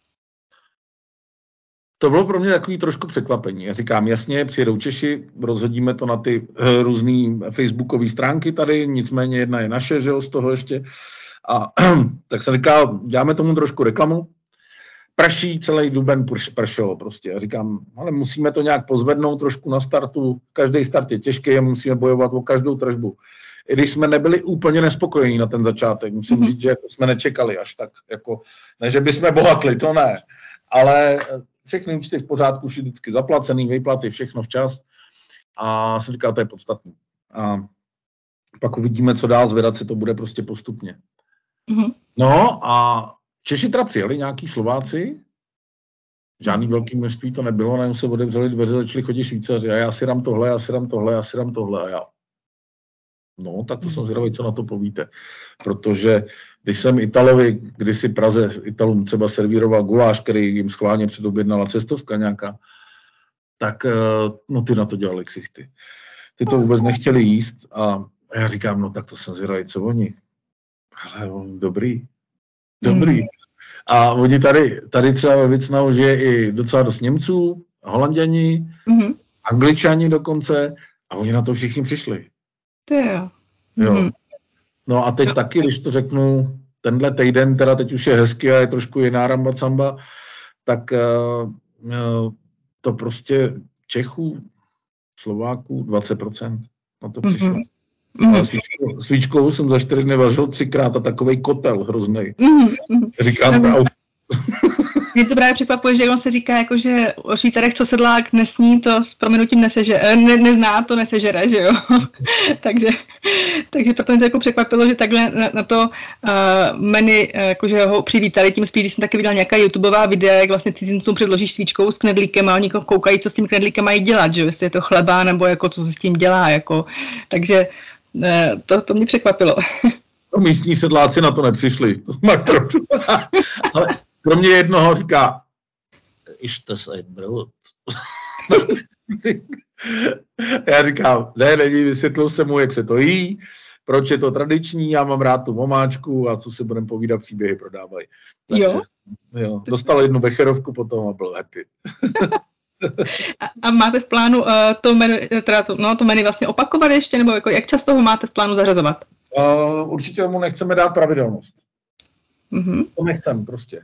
To bylo pro mě takový trošku překvapení. Já říkám, jasně, přijedou Češi, rozhodíme to na ty uh, různý facebookové stránky tady, nicméně jedna je naše, že jo, z toho ještě. A tak jsem říkal, děláme tomu trošku reklamu. Praší, celý duben pršelo prostě. Já říkám, ale musíme to nějak pozvednout trošku na startu. Každý start je těžký a musíme bojovat o každou tržbu. I když jsme nebyli úplně nespokojení na ten začátek. Musím mm-hmm. říct, že jako jsme nečekali až tak. Jako, ne, že bychom bohatli, to ne. Ale všechny účty v pořádku, už vždycky zaplacený, výplaty, všechno včas. A jsem říkal, to je podstatné. A pak uvidíme, co dál, zvedat se to bude prostě postupně. Mm-hmm. No a Češi teda přijeli, nějaký Slováci, žádný velký množství to nebylo, najednou se otevřeli dveře, začali chodit Švýcaři a já si dám tohle, já si dám tohle, já si dám tohle a já. No, tak to jsem zvědavý, co na to povíte. Protože když jsem Italovi, kdysi Praze Italům třeba servíroval guláš, který jim schválně předobjednala cestovka nějaká, tak no ty na to dělali ksichty. Ty to vůbec nechtěli jíst a já říkám, no tak to jsem zvědavý, co oni. Ale on dobrý. Dobrý. Mm. A oni tady, tady třeba ve Vicnau žije i docela dost Němců, Holanděni, mm-hmm. Angličani dokonce a oni na to všichni přišli. To jo. Jo. Mm-hmm. No a teď no. taky, když to řeknu, tenhle týden, teda teď už je hezky a je trošku jiná ramba camba, tak uh, uh, to prostě Čechů, Slováků dvacet procent na to přišlo. Mm-hmm. Ale svíčkou, svíčkou jsem za čtyři dny vařil třikrát a takovej kotel hroznej. Mm-hmm. Říkám to. Mě to právě překvapuje, že on se říká, jako, že o Švýcarech, co sedlák nesní, to s prominutím nesežere, ne, nezná, to nesežere, že jo. takže, takže proto mě to jako překvapilo, že takhle na, na to uh, menu, uh, jakože ho přivítali, tím spíš, když jsem taky viděla nějaká YouTubeová videa, jak vlastně cizincům předložíš svíčkou s knedlíkem a oni koukají, co s tím knedlíkem mají dělat, že jo, jestli je to chleba, nebo jako co se s tím dělá, jako. Takže uh, to, to mě překvapilo. No, místní sedláci na to nepřišli, to máš pravdu. Ale kromě jednoho říká, ište se brod. Já říkám, ne, není, vysvětlil jsem mu, jak se to jí, proč je to tradiční, já mám rád tu omáčku a co si budeme povídat, příběhy prodávají. Takže, jo? jo? Dostal jednu becherovku potom a byl happy. a, a máte v plánu uh, to menu, teda to, no, to menu vlastně opakovat ještě, nebo jako, jak často ho máte v plánu zařazovat? Uh, určitě mu nechceme dát pravidelnost. Mm-hmm. To nechcem prostě.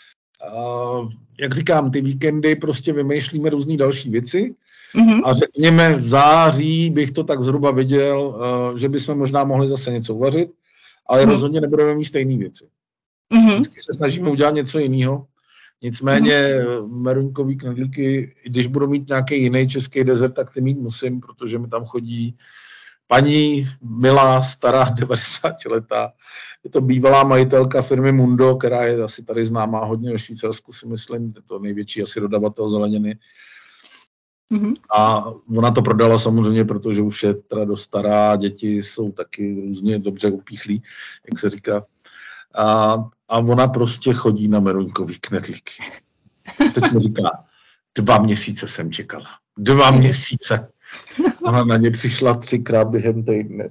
Uh, jak říkám, ty víkendy prostě vymýšlíme různý další věci mm-hmm. a řekněme v září bych to tak zhruba viděl, uh, že bychom možná mohli zase něco uvařit, ale mm-hmm. rozhodně nebudeme mít stejné věci. Mm-hmm. Vždycky se snažíme udělat něco jiného. Nicméně mm-hmm. meruňkový knedlíky, když budu mít nějaký jiný český dezert, tak ty mít musím, protože mi tam chodí paní milá, stará, devadesátiletá. Je to bývalá majitelka firmy Mundo, která je asi tady známá hodně ve Švýcarsku, si myslím, je to největší asi dodavatel zeleniny. Mm-hmm. A ona to prodala samozřejmě, protože už je teda dost stará, děti jsou taky různě dobře upíchlí, jak se říká. A, a ona prostě chodí na meruňkový knedlíky. Teď mi říká, dva měsíce jsem čekala. Dva měsíce. Ona na ně přišla třikrát během týdne.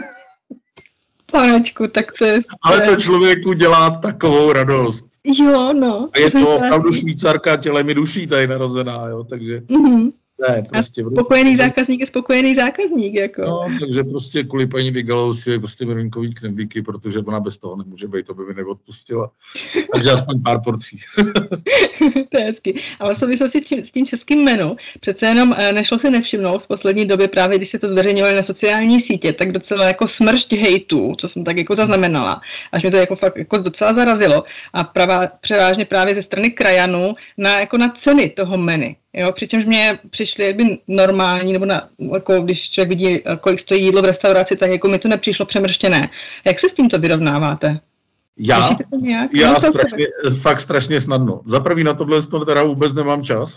Panečku, tak to je... Ale to člověku dělá takovou radost. Jo, no. A je to opravdu Švýcarka tělem i duší tady narozená, jo, takže... Mm-hmm. Ne, prostě... A spokojený zákazník je spokojený zákazník, jako. No, takže prostě kvůli paní Vigalou si je prostě meruňkový knedlíky, protože ona bez toho nemůže být, to by mi neodpustila. Takže aspoň pár porcí. To je hezky. Ale v souvislosti s tím českým menu, přece jenom nešlo si nevšimnout v poslední době, právě když se to zveřejňovali na sociální sítě, tak docela jako smršť hejtů, co jsem tak jako zaznamenala, až mě to jako fakt jako docela zarazilo, a pravá, převážně právě ze strany krajanů na, jako na ceny toho menu. Jo, přičemž mě přišly jakby normální, nebo na, jako když člověk vidí, kolik stojí jídlo v restauraci, tak jako mi to nepřišlo přemrštěné. Jak se s tímto vyrovnáváte? Já, já no, strašně, fakt strašně snadno. Za prvý na tohle to teda vůbec nemám čas.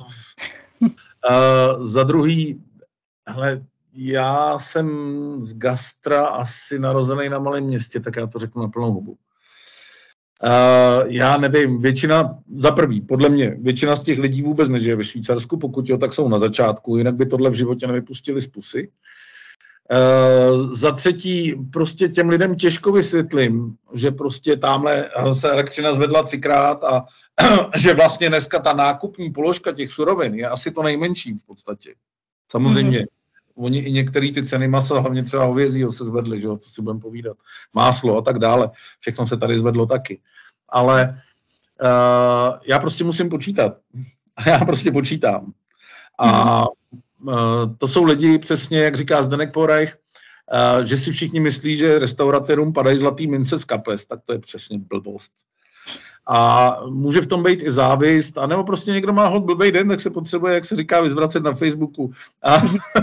Uh, za druhý, hele, já jsem z gastra asi narozený na malém městě, tak já to řeknu na plnou hubu. Uh, já nevím, většina, za prvý, podle mě, většina z těch lidí vůbec nežije ve Švýcarsku, pokud jo, tak jsou na začátku, jinak by tohle v životě nevypustili z pusy. Uh, za třetí, prostě těm lidem těžko vysvětlím, že prostě tamhle se elektřina zvedla třikrát a že vlastně dneska ta nákupní položka těch surovin je asi to nejmenší v podstatě. Samozřejmě. Mm-hmm. Oni i některé ty ceny masa, hlavně třeba hovězího, se zvedly, že jo, co si budeme povídat. Máslo a tak dále. Všechno se tady zvedlo taky. Ale uh, já prostě musím počítat. A já prostě počítám. A uh, to jsou lidi přesně, jak říká Zdeněk Porajch, uh, že si všichni myslí, že restauratérům padají zlatý mince z kapes, tak to je přesně blbost. A může v tom být i závist, anebo prostě někdo má hod blbej den, tak se potřebuje, jak se říká, vyzvracet na Facebooku. A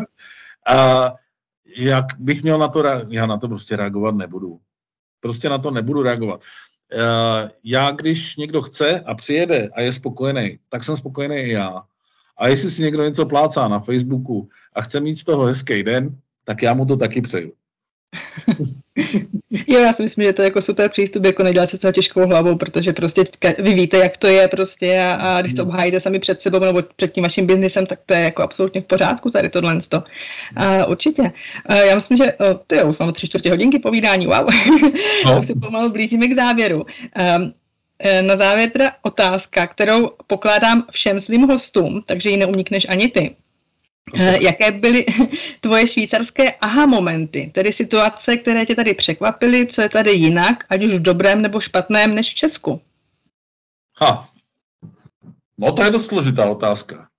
A jak bych měl na to reagovat? Já na to prostě reagovat nebudu. Prostě na to nebudu reagovat. Já, když někdo chce a přijede a je spokojený, tak jsem spokojený i já. A jestli si někdo něco plácá na Facebooku a chce mít z toho hezký den, tak já mu to taky přeju. Jo, já si myslím, že to je jako super přístup, jako nedělat se toho těžkou hlavou, protože prostě vy víte, jak to je prostě a, a když to obhájíte sami před sebou nebo před tím vaším biznisem, tak to je jako absolutně v pořádku tady tohle. A určitě. A já myslím, že to je už máme tři čtvrtě hodinky povídání, wow. No. Tak se pomalu blížíme k závěru. Um, na závěr teda otázka, kterou pokládám všem svým hostům, takže ji neunikneš ani ty. Jaké byly tvoje švýcarské aha momenty, tedy situace, které tě tady překvapily, co je tady jinak, ať už v dobrém nebo špatném, než v Česku? Ha, no to je dost složitá otázka.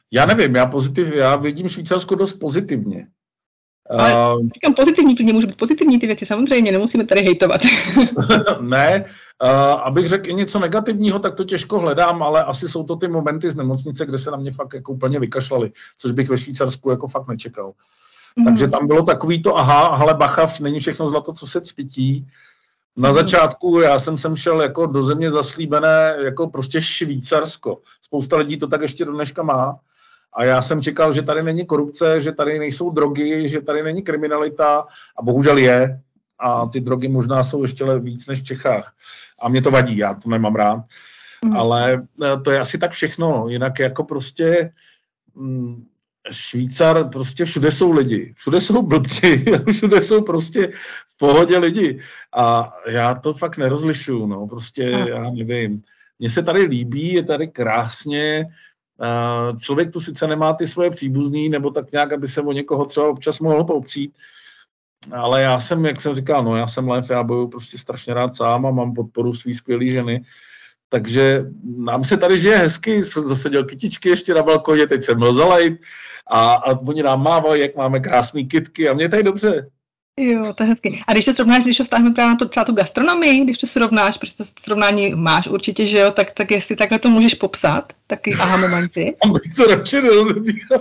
Já nevím, já, pozitiv, já vidím Švýcarsko dost pozitivně. Ale uh, říkám pozitivní, klidně můžou být pozitivní ty věci, samozřejmě, nemusíme tady hejtovat. Ne, uh, abych řekl i něco negativního, tak to těžko hledám, ale asi jsou to ty momenty z nemocnice, kde se na mě fakt jako úplně vykašlali, což bych ve Švýcarsku jako fakt nečekal. Mm. Takže tam bylo takový to, aha, ale bacha, není všechno zlato, co se cpití. Na začátku já jsem sem šel jako do země zaslíbené, jako prostě Švýcarsko. Spousta lidí to tak ještě do dneška má. A já jsem čekal, že tady není korupce, že tady nejsou drogy, že tady není kriminalita a bohužel je. A ty drogy možná jsou ještě víc než v Čechách. A mě to vadí, já to nemám rád. Mm. Ale to je asi tak všechno. Jinak jako prostě mm, Švýcar, prostě všude jsou lidi. Všude jsou blbci, všude jsou prostě v pohodě lidi. A já to fakt nerozlišuju, no. Prostě já nevím. Mně se tady líbí, je tady krásně. Člověk tu sice nemá ty svoje příbuzný, nebo tak nějak, aby se o někoho třeba občas mohl popřít, ale já jsem, jak jsem říkal, no já jsem lev, já bojuju prostě strašně rád sám a mám podporu svý skvělý ženy, takže nám se tady žije hezky, zaseděl kytičky ještě na balkoně, teď jsem byl zalejt a, a oni nám mávali, jak máme krásný kytky a mě tady dobře. Jo, to je hezky. A když to srovnáš, když to vztáhneme právě na to, třeba tu gastronomii, když to srovnáš, protože to srovnání máš určitě, že jo, tak, tak jestli takhle to můžeš popsat, taky aha momenty. A bych to radši nerozebíral.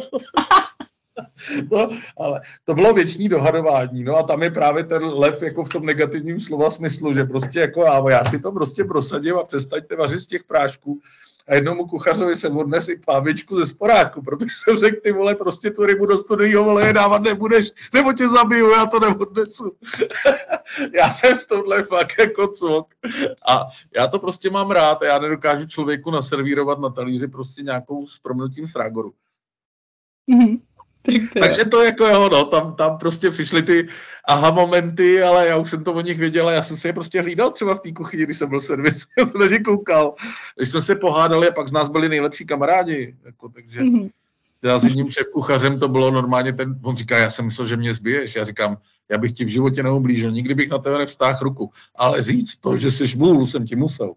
No, ale to bylo věčný dohadování, no a tam je právě ten lev jako v tom negativním slova smyslu, že prostě jako ávo, já si to prostě prosadím a přestaňte vařit z těch prášků. A jednomu kuchařovi jsem odnes i plávičku ze sporáku, protože jsem řekl, ty vole, prostě tu rybu do studeného oleje dávat nebudeš, nebo tě zabiju, já to neodnesu. Já jsem v tomhle fakt jako cvok. A já to prostě mám rád a já nedokážu člověku naservírovat na talíři prostě nějakou s prominutím srágoru. Mm-hmm. Tak to Takže to jako jo, no, tam, tam prostě přišly ty aha momenty, ale já už jsem to o nich věděl a já jsem si je prostě hlídal třeba v té kuchyni, když jsem byl servis, já jsem na ně koukal. Když jsme se pohádali a pak z nás byli nejlepší kamarádi, jako, takže mm-hmm. já s jedním šéfkuchařem to bylo normálně, ten, on říká, já jsem myslel, že mě zbiješ, já říkám, já bych ti v životě neublížil, nikdy bych na tebe nevstáhl ruku, ale říct to, že jsi vůl, jsem ti musel.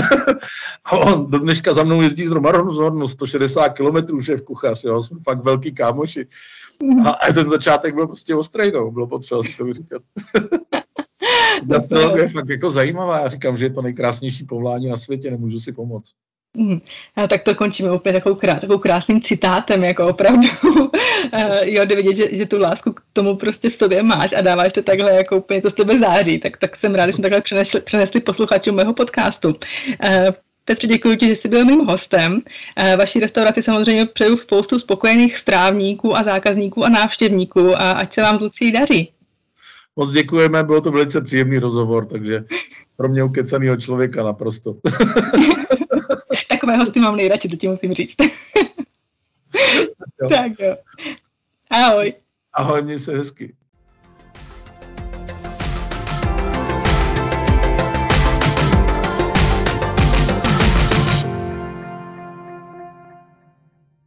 A on do dneška za mnou jezdí z Romaronu z Hornu, sto šedesát kilometrů šéfkuchař, jo, jsme fakt velký kámoši. A ten začátek byl prostě ostrej, no, bylo potřeba si to vyříkat. Gastronomie je fakt jako zajímavá, já říkám, že je to nejkrásnější povolání na světě, nemůžu si pomoct. Mm. A tak to končíme úplně takovou, krá, takovou krásným citátem, jako opravdu. Jo, jde vidět, že, že tu lásku k tomu prostě v sobě máš a dáváš to takhle, jako úplně to z tebe září, tak, tak jsem ráda, že jsme takhle přenesli, přenesli posluchačům mého podcastu. Petře, děkuji ti, že jsi byl mým hostem. Vaší restauraci samozřejmě přeju spoustu spokojených strávníků a zákazníků a návštěvníků a ať se vám z Lucí daří. Moc děkujeme, bylo to velice příjemný rozhovor, takže pro mě ukecanýho člověka naprosto. Takové hosty mám nejradši, to ti musím říct. Jo. Tak jo. Ahoj. Ahoj, měj se hezky.